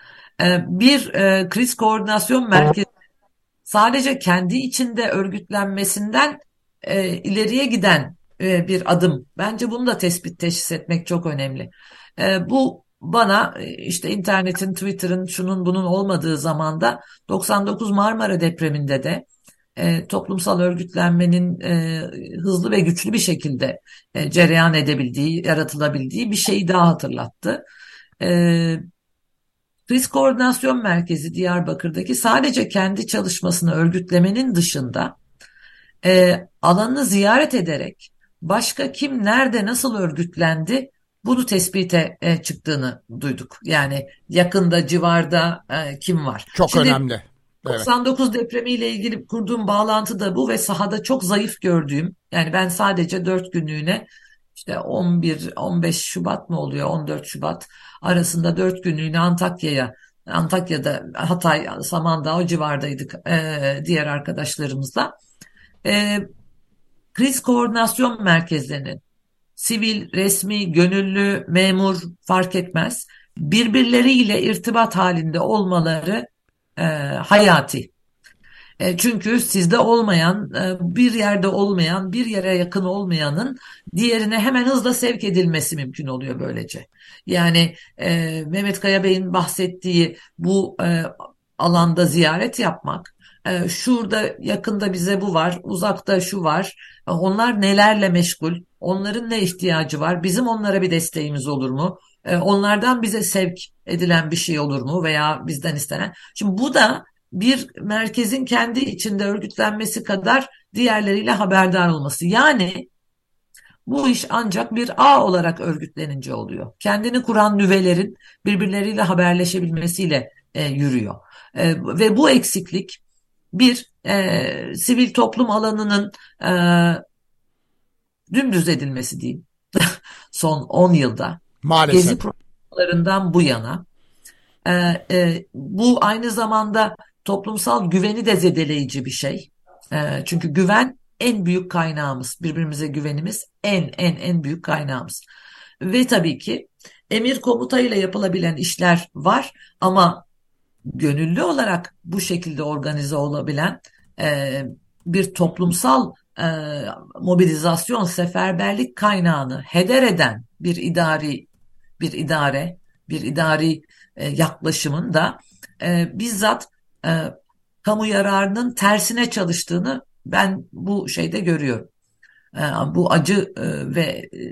E, bir e, kriz koordinasyon merkezi sadece kendi içinde örgütlenmesinden e, ileriye giden e, bir adım. Bence bunu da tespit, teşhis etmek çok önemli. E, bu bana işte internetin, Twitter'ın, şunun bunun olmadığı zamanda doksan dokuz Marmara depreminde de e, toplumsal örgütlenmenin e, hızlı ve güçlü bir şekilde e, cereyan edebildiği, yaratılabildiği bir şeyi daha hatırlattı. E, Kriz Koordinasyon Merkezi Diyarbakır'daki sadece kendi çalışmasını örgütlemenin dışında e, alanını ziyaret ederek başka kim, nerede, nasıl örgütlendi bunu tespite e, çıktığını duyduk. Yani yakında, civarda e, kim var? Çok Şimdi, önemli. Evet. doksan dokuz depremiyle ilgili kurduğum bağlantı da bu ve sahada çok zayıf gördüğüm, yani ben sadece dört günlüğüne işte on bir on beş Şubat mı oluyor, on dört Şubat arasında dört günlüğüne Antakya'ya, Antakya'da, Hatay, Samandağ o civardaydık e, diğer arkadaşlarımızla. E, kriz koordinasyon merkezlerinin sivil, resmi, gönüllü, memur fark etmez, birbirleriyle irtibat halinde olmaları e, hayati. E, çünkü sizde olmayan, e, bir yerde olmayan, bir yere yakın olmayanın diğerine hemen hızla sevk edilmesi mümkün oluyor böylece. Yani e, Mehmet Kaya Bey'in bahsettiği bu e, alanda ziyaret yapmak, e, şurada yakında bize bu var, uzakta şu var, e, onlar nelerle meşgul, onların ne ihtiyacı var, bizim onlara bir desteğimiz olur mu? E, onlardan bize sevk edilen bir şey olur mu veya bizden istenen? Şimdi bu da bir merkezin kendi içinde örgütlenmesi kadar diğerleriyle haberdar olması. Yani bu iş ancak bir ağ olarak örgütlenince oluyor. Kendini kuran nüvelerin birbirleriyle haberleşebilmesiyle e, yürüyor. E, ve bu eksiklik bir e, sivil toplum alanının e, dümdüz edilmesi diyeyim. Son on yılda. Maalesef. Gezi programlarından bu yana. E, e, bu aynı zamanda toplumsal güveni de zedeleyici bir şey. E, çünkü güven en büyük kaynağımız. Birbirimize güvenimiz en en en büyük kaynağımız. Ve tabii ki emir komutayla yapılabilen işler var ama gönüllü olarak bu şekilde organize olabilen e, bir toplumsal e, mobilizasyon, seferberlik kaynağını heder eden bir idari bir idare, bir idari e, yaklaşımın da e, bizzat e, kamu yararının tersine çalıştığını ben bu şeyde görüyorum. E, bu acı e, ve e,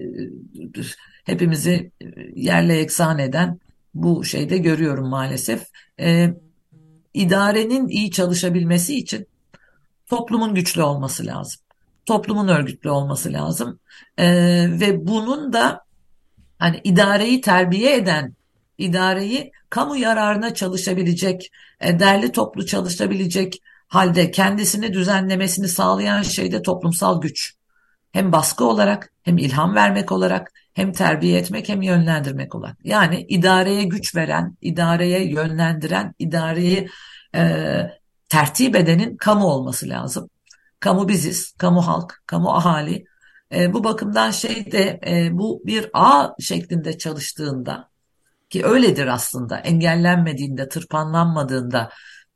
hepimizi yerle yeksan eden bu şeyde görüyorum maalesef. E, idarenin iyi çalışabilmesi için toplumun güçlü olması lazım. Toplumun örgütlü olması lazım. E, ve bunun da hani idareyi terbiye eden, idareyi kamu yararına çalışabilecek, e, derli toplu çalışabilecek halde kendisini düzenlemesini sağlayan şey de toplumsal güç. Hem baskı olarak, hem ilham vermek olarak, hem terbiye etmek, hem yönlendirmek olarak. Yani idareye güç veren, idareye yönlendiren, idareyi e, tertip edenin kamu olması lazım. Kamu biziz, kamu halk, kamu ahali. E, bu bakımdan şeyde e, bu bir ağ şeklinde çalıştığında, ki öyledir aslında, engellenmediğinde, tırpanlanmadığında,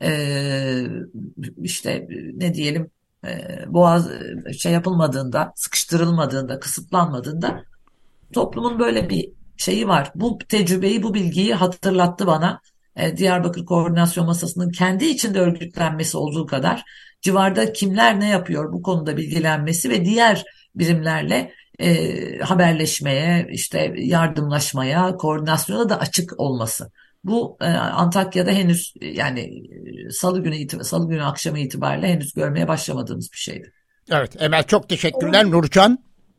e, işte ne diyelim, e, boğaz e, şey yapılmadığında, sıkıştırılmadığında, kısıtlanmadığında toplumun böyle bir şeyi var. Bu tecrübeyi, bu bilgiyi hatırlattı bana. E, Diyarbakır Koordinasyon Masası'nın kendi içinde örgütlenmesi olduğu kadar civarda kimler ne yapıyor bu konuda bilgilenmesi ve diğer birimlerle e, haberleşmeye, işte yardımlaşmaya, koordinasyona da açık olması. Bu e, Antakya'da henüz yani e, Salı günü itib- Salı günü akşamı itibariyle henüz görmeye başlamadığımız bir şeydi. Evet, Emel çok teşekkürler. Nurcan?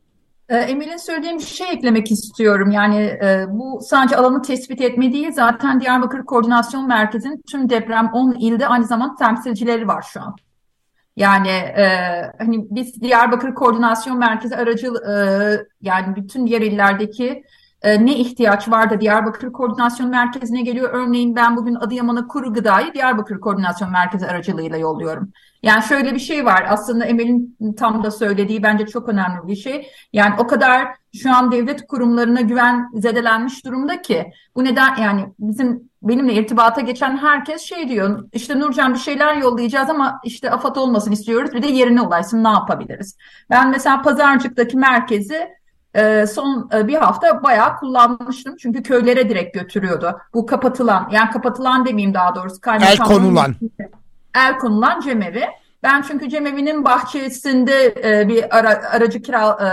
Emel'in söylediğim bir şey eklemek istiyorum. Yani e, bu sadece alanı tespit etme değil, zaten Diyarbakır Koordinasyon Merkezi'nin tüm deprem on ilde aynı zamanda temsilcileri var şu an. Yani e, hani biz Diyarbakır Koordinasyon Merkezi aracı e, yani bütün diğer illerdeki e, ne ihtiyaç var da Diyarbakır Koordinasyon Merkezi'ne geliyor. Örneğin ben bugün Adıyaman'a kuru gıdayı Diyarbakır Koordinasyon Merkezi aracılığıyla yolluyorum. Yani şöyle bir şey var, aslında Emel'in tam da söylediği bence çok önemli bir şey. Yani o kadar şu an devlet kurumlarına güven zedelenmiş durumda ki bu neden, yani bizim benimle irtibata geçen herkes şey diyor, işte Nurcan bir şeyler yollayacağız ama işte AFAD olmasını istiyoruz, bir de yerine ulaşsın, ne yapabiliriz? Ben mesela Pazarcık'taki merkezi e, son e, bir hafta bayağı kullanmıştım çünkü köylere direkt götürüyordu. Bu kapatılan, yani kapatılan demeyeyim daha doğrusu, El konulan. El konulan cemevi. Ben çünkü cemevinin bahçesinde e, bir ara, aracı kira e,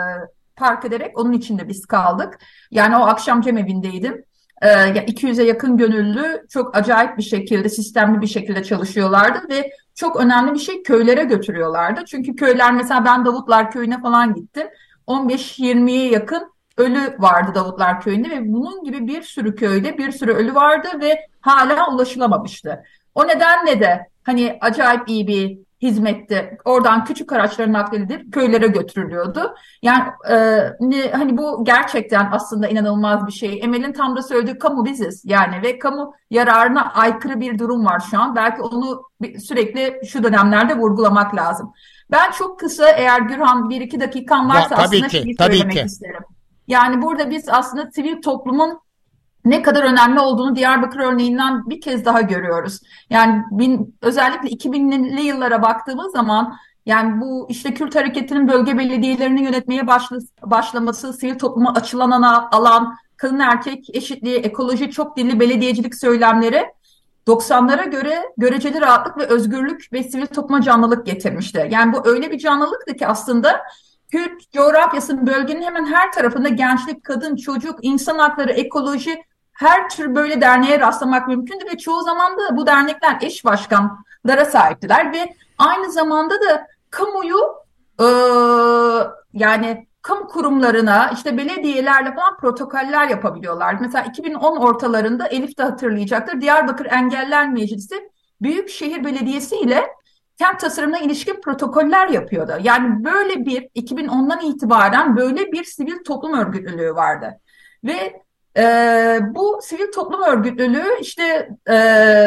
park ederek onun içinde biz kaldık. Yani o akşam cemevindeydim. E, iki yüze yakın gönüllü çok acayip bir şekilde, sistemli bir şekilde çalışıyorlardı ve çok önemli bir şey, köylere götürüyorlardı. Çünkü köyler, mesela ben Davutlar Köyü'ne falan gittim. on beş yirmiye yakın ölü vardı Davutlar Köyü'nde ve bunun gibi bir sürü köyde bir sürü ölü vardı ve hala ulaşılamamıştı. O nedenle de hani acayip iyi bir hizmetti. Oradan küçük araçların nakledilip köylere götürülüyordu. Yani e, ne, hani bu gerçekten aslında inanılmaz bir şey. Emel'in tam da söylediği, kamu biziz yani ve kamu yararına aykırı bir durum var şu an. Belki onu sürekli şu dönemlerde vurgulamak lazım. Ben çok kısa, eğer Gürhan bir iki dakikan varsa, ya, aslında ki, şeyi tabii söylemek ki. isterim. Yani burada biz aslında sivil toplumun ne kadar önemli olduğunu Diyarbakır örneğinden bir kez daha görüyoruz. Yani bin, özellikle iki binli yıllara baktığımız zaman, yani bu işte Kürt hareketinin bölge belediyelerini yönetmeye başla, başlaması, sivil topluma açılan ana, alan, kadın erkek eşitliği, ekoloji, çok dilli belediyecilik söylemleri doksanlara göre göreceli rahatlık ve özgürlük ve sivil topluma canlılık getirmişti. Yani bu öyle bir canlılıktı ki aslında Kürt coğrafyasının, bölgenin hemen her tarafında gençlik, kadın, çocuk, insan hakları, ekoloji, her tür böyle derneğe rastlamak mümkündü ve çoğu zaman da bu dernekler eş başkanlara sahiptiler ve aynı zamanda da kamuyu e, yani kamu kurumlarına, işte belediyelerle falan protokoller yapabiliyorlar. Mesela iki bin on ortalarında, Elif de hatırlayacaktır, Diyarbakır Engeller Meclisi Büyükşehir Belediyesi ile kent tasarımına ilişkin protokoller yapıyordu. Yani böyle bir iki bin ondan itibaren böyle bir sivil toplum örgütlülüğü vardı. Ve e, bu sivil toplum örgütlülüğü işte e,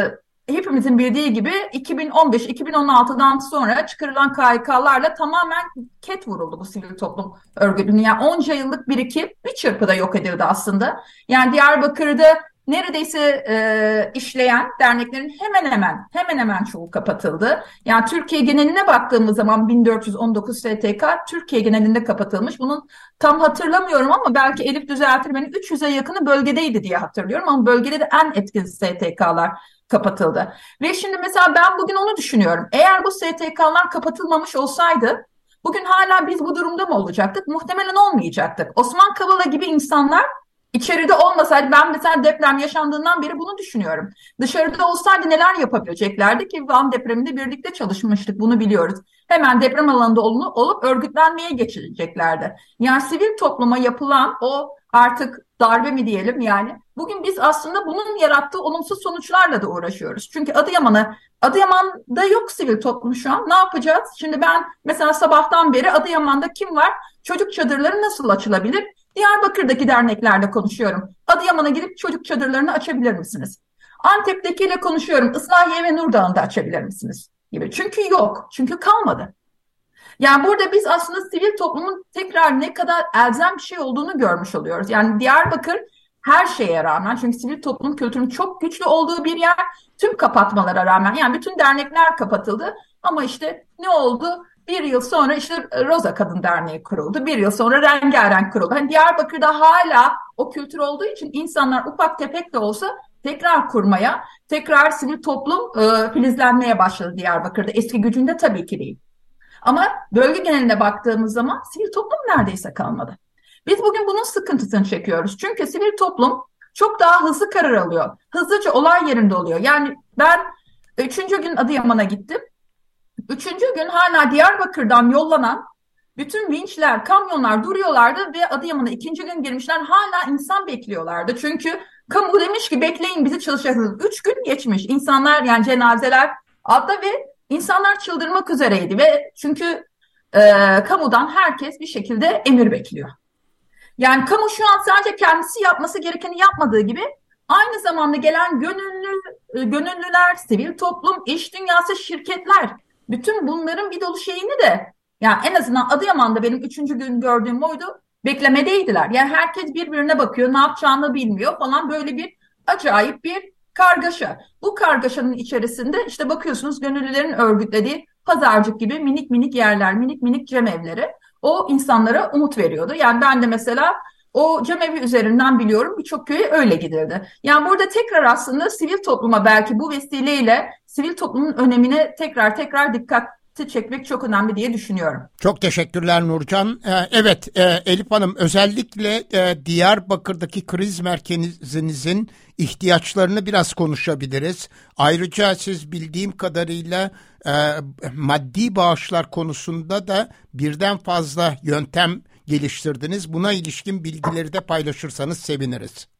hepimizin bildiği gibi iki bin on beş iki bin on altıdan sonra çıkarılan K H K'larla tamamen ket vuruldu bu sivil toplum örgütünün. Yani onca yıllık birikim bir çırpıda yok edildi aslında. Yani Diyarbakır'da neredeyse e, işleyen derneklerin hemen hemen hemen hemen çoğu kapatıldı. Yani Türkiye geneline baktığımız zaman bin dört yüz on dokuz S T K Türkiye genelinde kapatılmış. Bunun tam hatırlamıyorum ama belki Elif düzeltir beni, üç yüze yakını bölgedeydi diye hatırlıyorum ama bölgede de en etkin S T K'lar kapatıldı. Ve şimdi mesela ben bugün onu düşünüyorum. Eğer bu S T K'lar kapatılmamış olsaydı bugün hala biz bu durumda mı olacaktık? Muhtemelen olmayacaktık. Osman Kavala gibi insanlar İçeride olmasaydı, ben mesela deprem yaşandığından beri bunu düşünüyorum. Dışarıda olsaydı neler yapabileceklerdi ki? Van depreminde birlikte çalışmıştık, bunu biliyoruz. Hemen deprem alanında olup örgütlenmeye geçeceklerdi. Yani sivil topluma yapılan o artık darbe mi diyelim yani. Bugün biz aslında bunun yarattığı olumsuz sonuçlarla da uğraşıyoruz. Çünkü Adıyaman'a, Adıyaman'da yok sivil toplum şu an. Ne yapacağız? Şimdi ben mesela sabahtan beri Adıyaman'da kim var? Çocuk çadırları nasıl açılabilir? Diyarbakır'daki derneklerle konuşuyorum. Adıyaman'a gidip çocuk çadırlarını açabilir misiniz? Antep'tekiyle konuşuyorum. Islahiye ve Nurdağ'ında açabilir misiniz? Gibi. Çünkü yok. Çünkü kalmadı. Yani burada biz aslında sivil toplumun tekrar ne kadar elzem bir şey olduğunu görmüş oluyoruz. Yani Diyarbakır her şeye rağmen, çünkü sivil toplum kültürünün çok güçlü olduğu bir yer, tüm kapatmalara rağmen, yani bütün dernekler kapatıldı ama işte ne oldu? Bir yıl sonra işte Roza Kadın Derneği kuruldu. Bir yıl sonra Rengarenk kuruldu. Hani Diyarbakır'da hala o kültür olduğu için insanlar ufak tefek de olsa tekrar kurmaya, tekrar sivil toplum e, filizlenmeye başladı Diyarbakır'da. Eski gücünde tabii ki değil. Ama bölge geneline baktığımız zaman sivil toplum neredeyse kalmadı. Biz bugün bunun sıkıntısını çekiyoruz. Çünkü sivil toplum çok daha hızlı karar alıyor. Hızlıca olay yerinde oluyor. Yani ben üçüncü gün Adıyaman'a gittim. Üçüncü gün hala Diyarbakır'dan yollanan bütün vinçler, kamyonlar duruyorlardı ve Adıyaman'a ikinci gün girmişler. Hala insan bekliyorlardı. Çünkü kamu demiş ki bekleyin, bizi çalışacaksınız. Üç gün geçmiş. İnsanlar, yani cenazeler adda ve insanlar çıldırmak üzereydi. Ve çünkü e, kamudan herkes bir şekilde emir bekliyor. Yani kamu şu an sadece kendisi yapması gerekeni yapmadığı gibi aynı zamanda gelen gönüllü, gönüllüler, sivil toplum, iş dünyası, şirketler, bütün bunların bir dolu şeyini de, yani en azından Adıyaman'da benim üçüncü gün gördüğüm oydu, beklemedeydiler. Yani herkes birbirine bakıyor, ne yapacağını bilmiyor falan, böyle bir acayip bir kargaşa. Bu kargaşanın içerisinde işte bakıyorsunuz gönüllülerin örgütlediği pazarcık gibi minik minik yerler, minik minik cemevleri o insanlara umut veriyordu. Yani ben de mesela o cemevi üzerinden biliyorum, birçok köye öyle gidildi. Yani burada tekrar aslında sivil topluma belki bu vesileyle sivil toplumun önemine tekrar tekrar dikkati çekmek çok önemli diye düşünüyorum. Çok teşekkürler Nurcan. Ee, evet e, Elif Hanım, özellikle e, Diyarbakır'daki kriz merkezinizin ihtiyaçlarını biraz konuşabiliriz. Ayrıca siz bildiğim kadarıyla e, maddi bağışlar konusunda da birden fazla yöntem geliştirdiniz. Buna ilişkin bilgileri de paylaşırsanız seviniriz.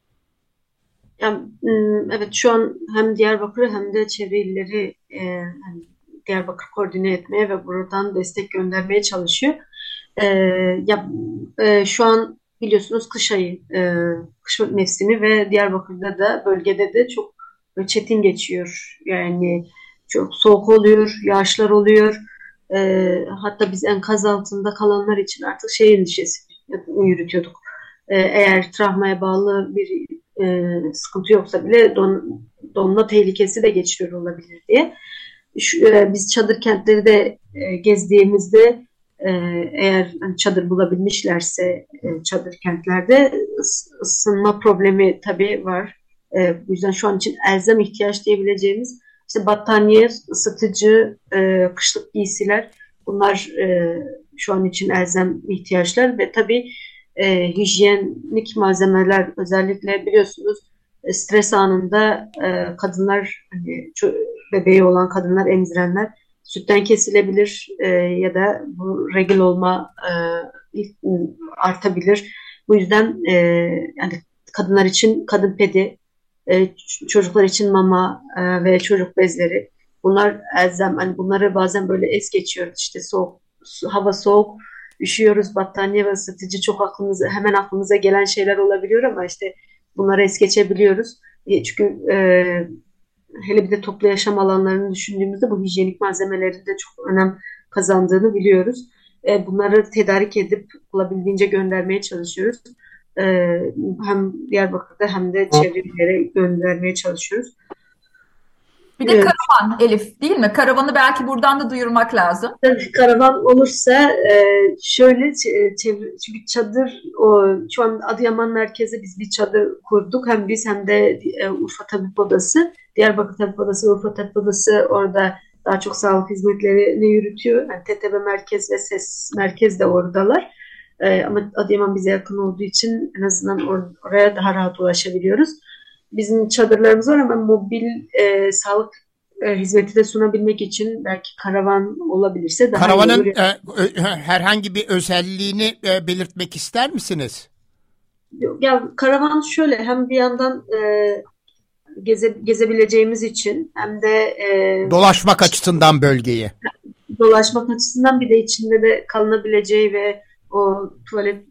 Yani, evet, şu an hem Diyarbakır hem de çevre illeri e, hani Diyarbakır koordine etmeye ve buradan destek göndermeye çalışıyor. E, ya e, şu an biliyorsunuz kış ayı, e, kış mevsimi ve Diyarbakır'da da bölgede de çok çetin geçiyor. Yani çok soğuk oluyor, yağışlar oluyor. E, hatta biz enkaz altında kalanlar için artık şey endişesi yürütüyorduk. E, eğer travmaya bağlı bir e, sıkıntı yoksa bile don, donma tehlikesi de geçiriyor olabilir diye. Şu, e, biz çadır kentleri de e, gezdiğimizde e, eğer hani çadır bulabilmişlerse e, çadır kentlerde ıs, ısınma problemi tabii var. E, bu yüzden şu an için elzem ihtiyaç diyebileceğimiz işte battaniye, ısıtıcı, e, kışlık giysiler, bunlar e, şu an için elzem ihtiyaçlar ve tabii e, hijyenik malzemeler, özellikle biliyorsunuz e, stres anında e, kadınlar, hani, bebeği olan kadınlar, emzirenler sütten kesilebilir e, ya da bu regl olma e, artabilir. Bu yüzden e, yani kadınlar için kadın pedi, e, çocuklar için mama e, ve çocuk bezleri, bunlar elzem. Hani bunları bazen böyle es geçiyoruz, işte soğuk, hava soğuk, üşüyoruz, battaniye ve ısıtıcı çok aklımıza, hemen aklımıza gelen şeyler olabiliyor ama işte bunları es geçebiliyoruz. E, çünkü e, hele bir de toplu yaşam alanlarını düşündüğümüzde bu hijyenik malzemelerin de çok önem kazandığını biliyoruz. E, bunları tedarik edip olabildiğince göndermeye çalışıyoruz. E, hem Diyarbakır'da hem de çevre illere göndermeye çalışıyoruz. Bir de Evet. karavan Elif, değil mi? Karavanı belki buradan da duyurmak lazım. Tabii karavan olursa e, şöyle ç- çevre, çünkü çadır o, şu an Adıyaman merkeze biz bir çadır kurduk. Hem biz hem de e, Urfa Tabip Odası, Diyarbakır Tabip Odası, Urfa Tabip Odası orada daha çok sağlık hizmetlerini yürütüyor. Yani T T B merkez ve SES merkez de oradalar. E, ama Adıyaman bize yakın olduğu için en azından or- oraya daha rahat ulaşabiliyoruz. Bizim çadırlarımız var ama mobil e, sağlık e, hizmeti de sunabilmek için belki karavan olabilirse daha iyi olur. Karavanın e, ö- herhangi bir özelliğini e, belirtmek ister misiniz? Ya karavan şöyle hem bir yandan e, geze, gezebileceğimiz için hem de e, Dolaşmak açısından bölgeyi. dolaşmak açısından bir de içinde de kalınabileceği ve o tuvalet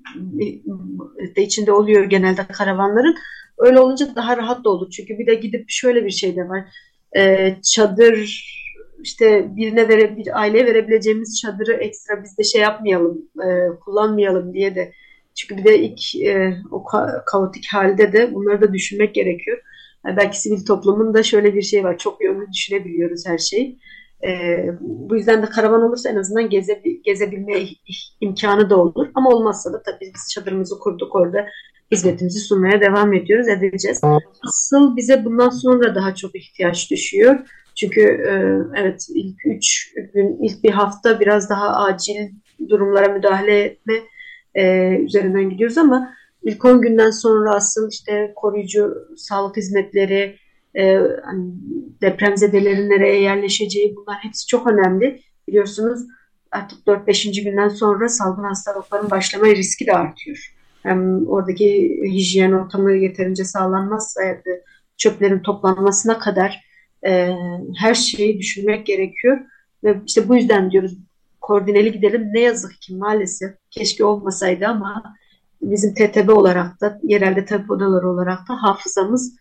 de içinde oluyor genelde karavanların. Öyle olunca daha rahat da olur. Çünkü bir de gidip şöyle bir şey de var. Ee, çadır işte birine vere, bir aileye verebileceğimiz çadırı ekstra biz de şey yapmayalım, e, kullanmayalım diye de. Çünkü bir de ilk e, o ka- kaotik halde de bunları da düşünmek gerekiyor. Yani belki sivil toplumun da şöyle bir şey var. Çok yönlü düşünebiliyoruz her şeyi. Ee, bu yüzden de karavan olursa en azından geze, gezebilme imkanı da olur. Ama olmazsa da tabii biz çadırımızı kurduk orada hizmetimizi sunmaya devam ediyoruz, edeceğiz. Asıl bize bundan sonra daha çok ihtiyaç düşüyor. Çünkü e, evet ilk üç gün, ilk bir hafta biraz daha acil durumlara müdahale etme e, üzerinden gidiyoruz ama ilk on günden sonra asıl işte koruyucu sağlık hizmetleri, e, hani depremzedelerin nereye yerleşeceği bunlar hepsi çok önemli. Biliyorsunuz artık dört beşinci günden sonra salgın hastalıkların başlama riski de artıyor. Hem oradaki hijyen ortamı yeterince sağlanmazsa çöplerin toplanmasına kadar e, her şeyi düşünmek gerekiyor. Ve işte bu yüzden diyoruz koordineli gidelim. Ne yazık ki maalesef keşke olmasaydı ama bizim T T B olarak da yerelde tabip odaları olarak da hafızamız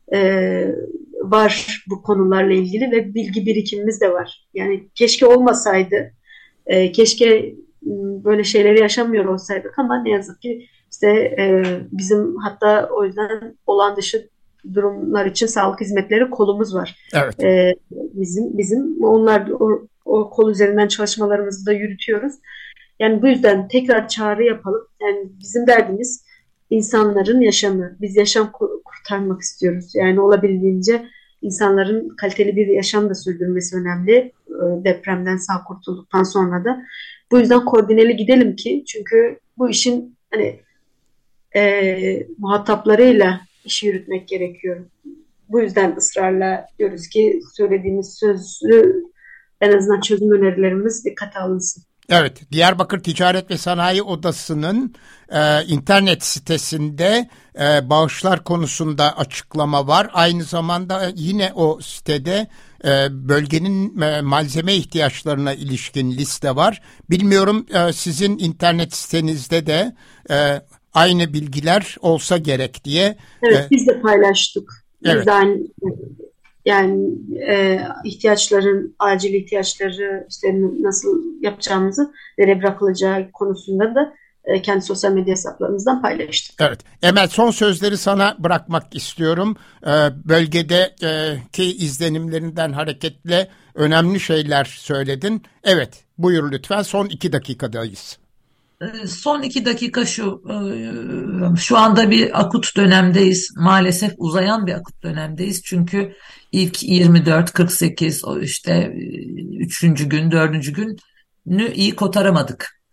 e, var bu konularla ilgili ve bilgi birikimimiz de var. Yani keşke olmasaydı, e, keşke böyle şeyleri yaşamıyor olsaydık ama ne yazık ki işte e, bizim hatta o yüzden olağan dışı durumlar için sağlık hizmetleri kolumuz var. Evet. E, bizim bizim onlar o, o kol üzerinden çalışmalarımızı da yürütüyoruz. Yani bu yüzden tekrar çağrı yapalım. Yani bizim derdimiz insanların yaşamı. Biz yaşam kurtarmak istiyoruz. Yani olabildiğince insanların kaliteli bir yaşam da sürdürmesi önemli. Depremden sağ kurtulduktan sonra da. Bu yüzden koordineli gidelim ki çünkü bu işin hani e, muhataplarıyla işi yürütmek gerekiyor. Bu yüzden ısrarla diyoruz ki söylediğimiz sözlü en azından çözüm önerilerimiz dikkate alınsın. Evet, Diyarbakır Ticaret ve Sanayi Odası'nın e, internet sitesinde e, bağışlar konusunda açıklama var. Aynı zamanda yine o sitede e, bölgenin e, malzeme ihtiyaçlarına ilişkin liste var. Bilmiyorum e, sizin internet sitenizde de e, aynı bilgiler olsa gerek diye. Evet, e, biz de paylaştık. Biz Evet. de aynı, yani e, ihtiyaçların, acil ihtiyaçları işte nasıl yapacağımızı, nereye bırakılacağı konusunda da e, kendi sosyal medya hesaplarımızdan paylaştık. Evet. Emel, son sözleri sana bırakmak istiyorum. Ee, bölgedeki izlenimlerinden hareketle önemli şeyler söyledin. Evet, buyur lütfen. Son iki dakikadayız. Son iki dakika şu, şu anda bir akut dönemdeyiz. Maalesef uzayan bir akut dönemdeyiz. Çünkü ilk yirmi dört, kırk sekiz, o işte üçüncü gün, dördüncü günü iyi kotaramadık.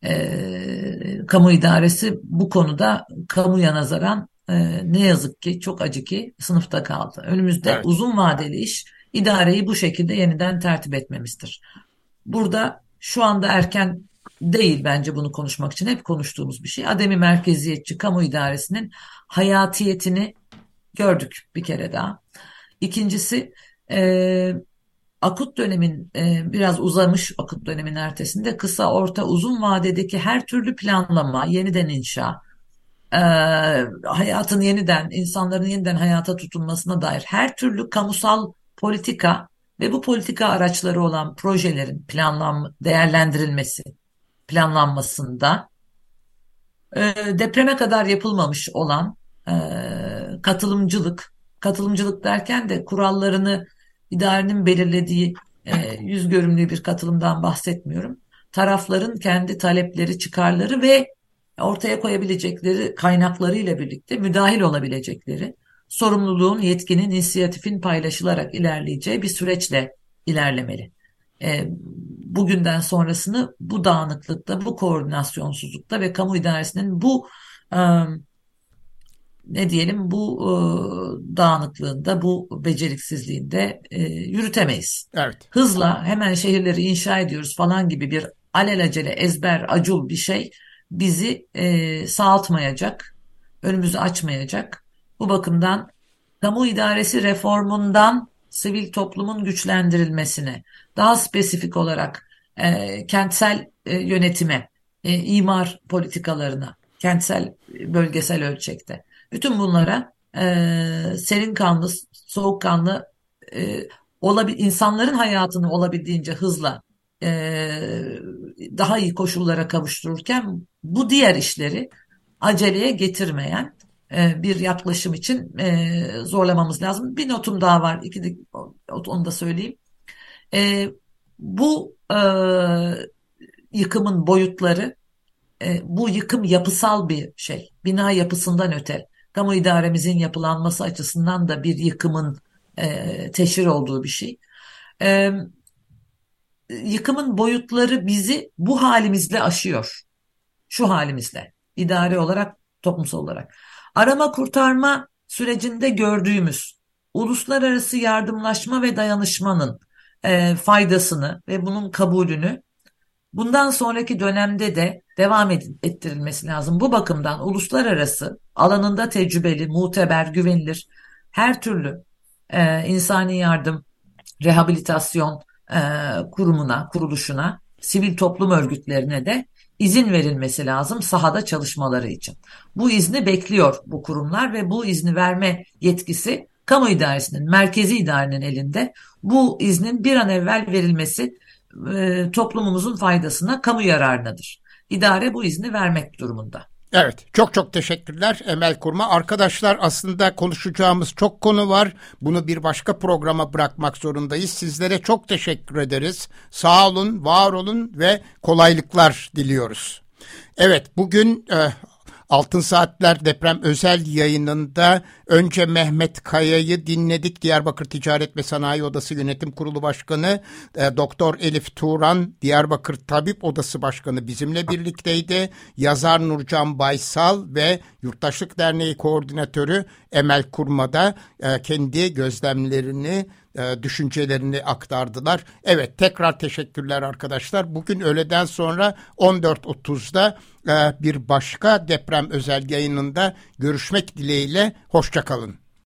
E, kamu idaresi bu konuda kamuya nazaran e, ne yazık ki çok acı ki sınıfta kaldı. Önümüzde Evet. uzun vadeli iş idareyi bu şekilde yeniden tertip etmemizdir. Burada şu anda erken değil bence bunu konuşmak için, hep konuştuğumuz bir şey. Ademi merkeziyetçi kamu idaresinin hayatiyetini gördük bir kere daha. İkincisi e, akut dönemin e, biraz uzamış akut dönemin ertesinde kısa, orta, uzun vadedeki her türlü planlama, yeniden inşa, e, hayatın yeniden, insanların yeniden hayata tutunmasına dair her türlü kamusal politika ve bu politika araçları olan projelerin planlan değerlendirilmesi, planlanmasında e, depreme kadar yapılmamış olan e, katılımcılık, katılımcılık derken de kurallarını idarenin belirlediği e, yüz görümlü bir katılımdan bahsetmiyorum. Tarafların kendi talepleri, çıkarları ve ortaya koyabilecekleri kaynaklarıyla birlikte müdahil olabilecekleri, sorumluluğun, yetkinin, inisiyatifin paylaşılarak ilerleyeceği bir süreçle ilerlemeli. E, bugünden sonrasını bu dağınıklıkta, bu koordinasyonsuzlukta ve kamu idaresinin bu e, ne diyelim bu e, dağınıklığında, bu beceriksizliğinde e, yürütemeyiz. Evet. Hızla hemen şehirleri inşa ediyoruz falan gibi bir alelacele ezber acul bir şey bizi e, sağaltmayacak, önümüzü açmayacak. Bu bakımdan kamu idaresi reformundan sivil toplumun güçlendirilmesine, daha spesifik olarak e, kentsel e, yönetime, e, imar politikalarına, kentsel e, bölgesel ölçekte. Bütün bunlara e, serin kanlı, soğukkanlı, e, olabil insanların hayatını olabildiğince hızla e, daha iyi koşullara kavuştururken bu diğer işleri aceleye getirmeyen e, bir yaklaşım için e, zorlamamız lazım. Bir notum daha var, iki, onu da söyleyeyim. E, bu e, yıkımın boyutları, e, bu yıkım yapısal bir şey. Bina yapısından öte, kamu idaremizin yapılanması açısından da bir yıkımın e, teşhir olduğu bir şey. E, yıkımın boyutları bizi bu halimizle aşıyor. Şu halimizle, idari olarak, toplumsal olarak. Arama kurtarma sürecinde gördüğümüz uluslararası yardımlaşma ve dayanışmanın e, faydasını ve bunun kabulünü bundan sonraki dönemde de devam ettirilmesi lazım. Bu bakımdan uluslararası alanında tecrübeli, muteber, güvenilir her türlü e, insani yardım, rehabilitasyon e, kurumuna, kuruluşuna, sivil toplum örgütlerine de izin verilmesi lazım sahada çalışmaları için. Bu izni bekliyor bu kurumlar ve bu izni verme yetkisi kamu idaresinin, merkezi idarenin elinde. Bu iznin bir an evvel verilmesi e, toplumumuzun faydasına, kamu yararınadır. İdare bu izni vermek durumunda. Evet, çok çok teşekkürler Emel Kurma. Arkadaşlar, aslında konuşacağımız çok konu var. Bunu bir başka programa bırakmak zorundayız. Sizlere çok teşekkür ederiz. Sağ olun, var olun ve kolaylıklar diliyoruz. Evet, bugün e, Altın Saatler deprem özel yayınında önce Mehmet Kaya'yı dinledik. Diyarbakır Ticaret ve Sanayi Odası Yönetim Kurulu Başkanı, e, Doktor Elif Turan, Diyarbakır Tabip Odası Başkanı bizimle birlikteydi. Yazar Nurcan Baysal ve Yurttaşlık Derneği Koordinatörü Emel Kurma da e, kendi gözlemlerini, e, düşüncelerini aktardılar. Evet, tekrar teşekkürler arkadaşlar. Bugün öğleden sonra on dört otuzda bir başka deprem özel yayınında görüşmek dileğiyle. Hoşça kalın.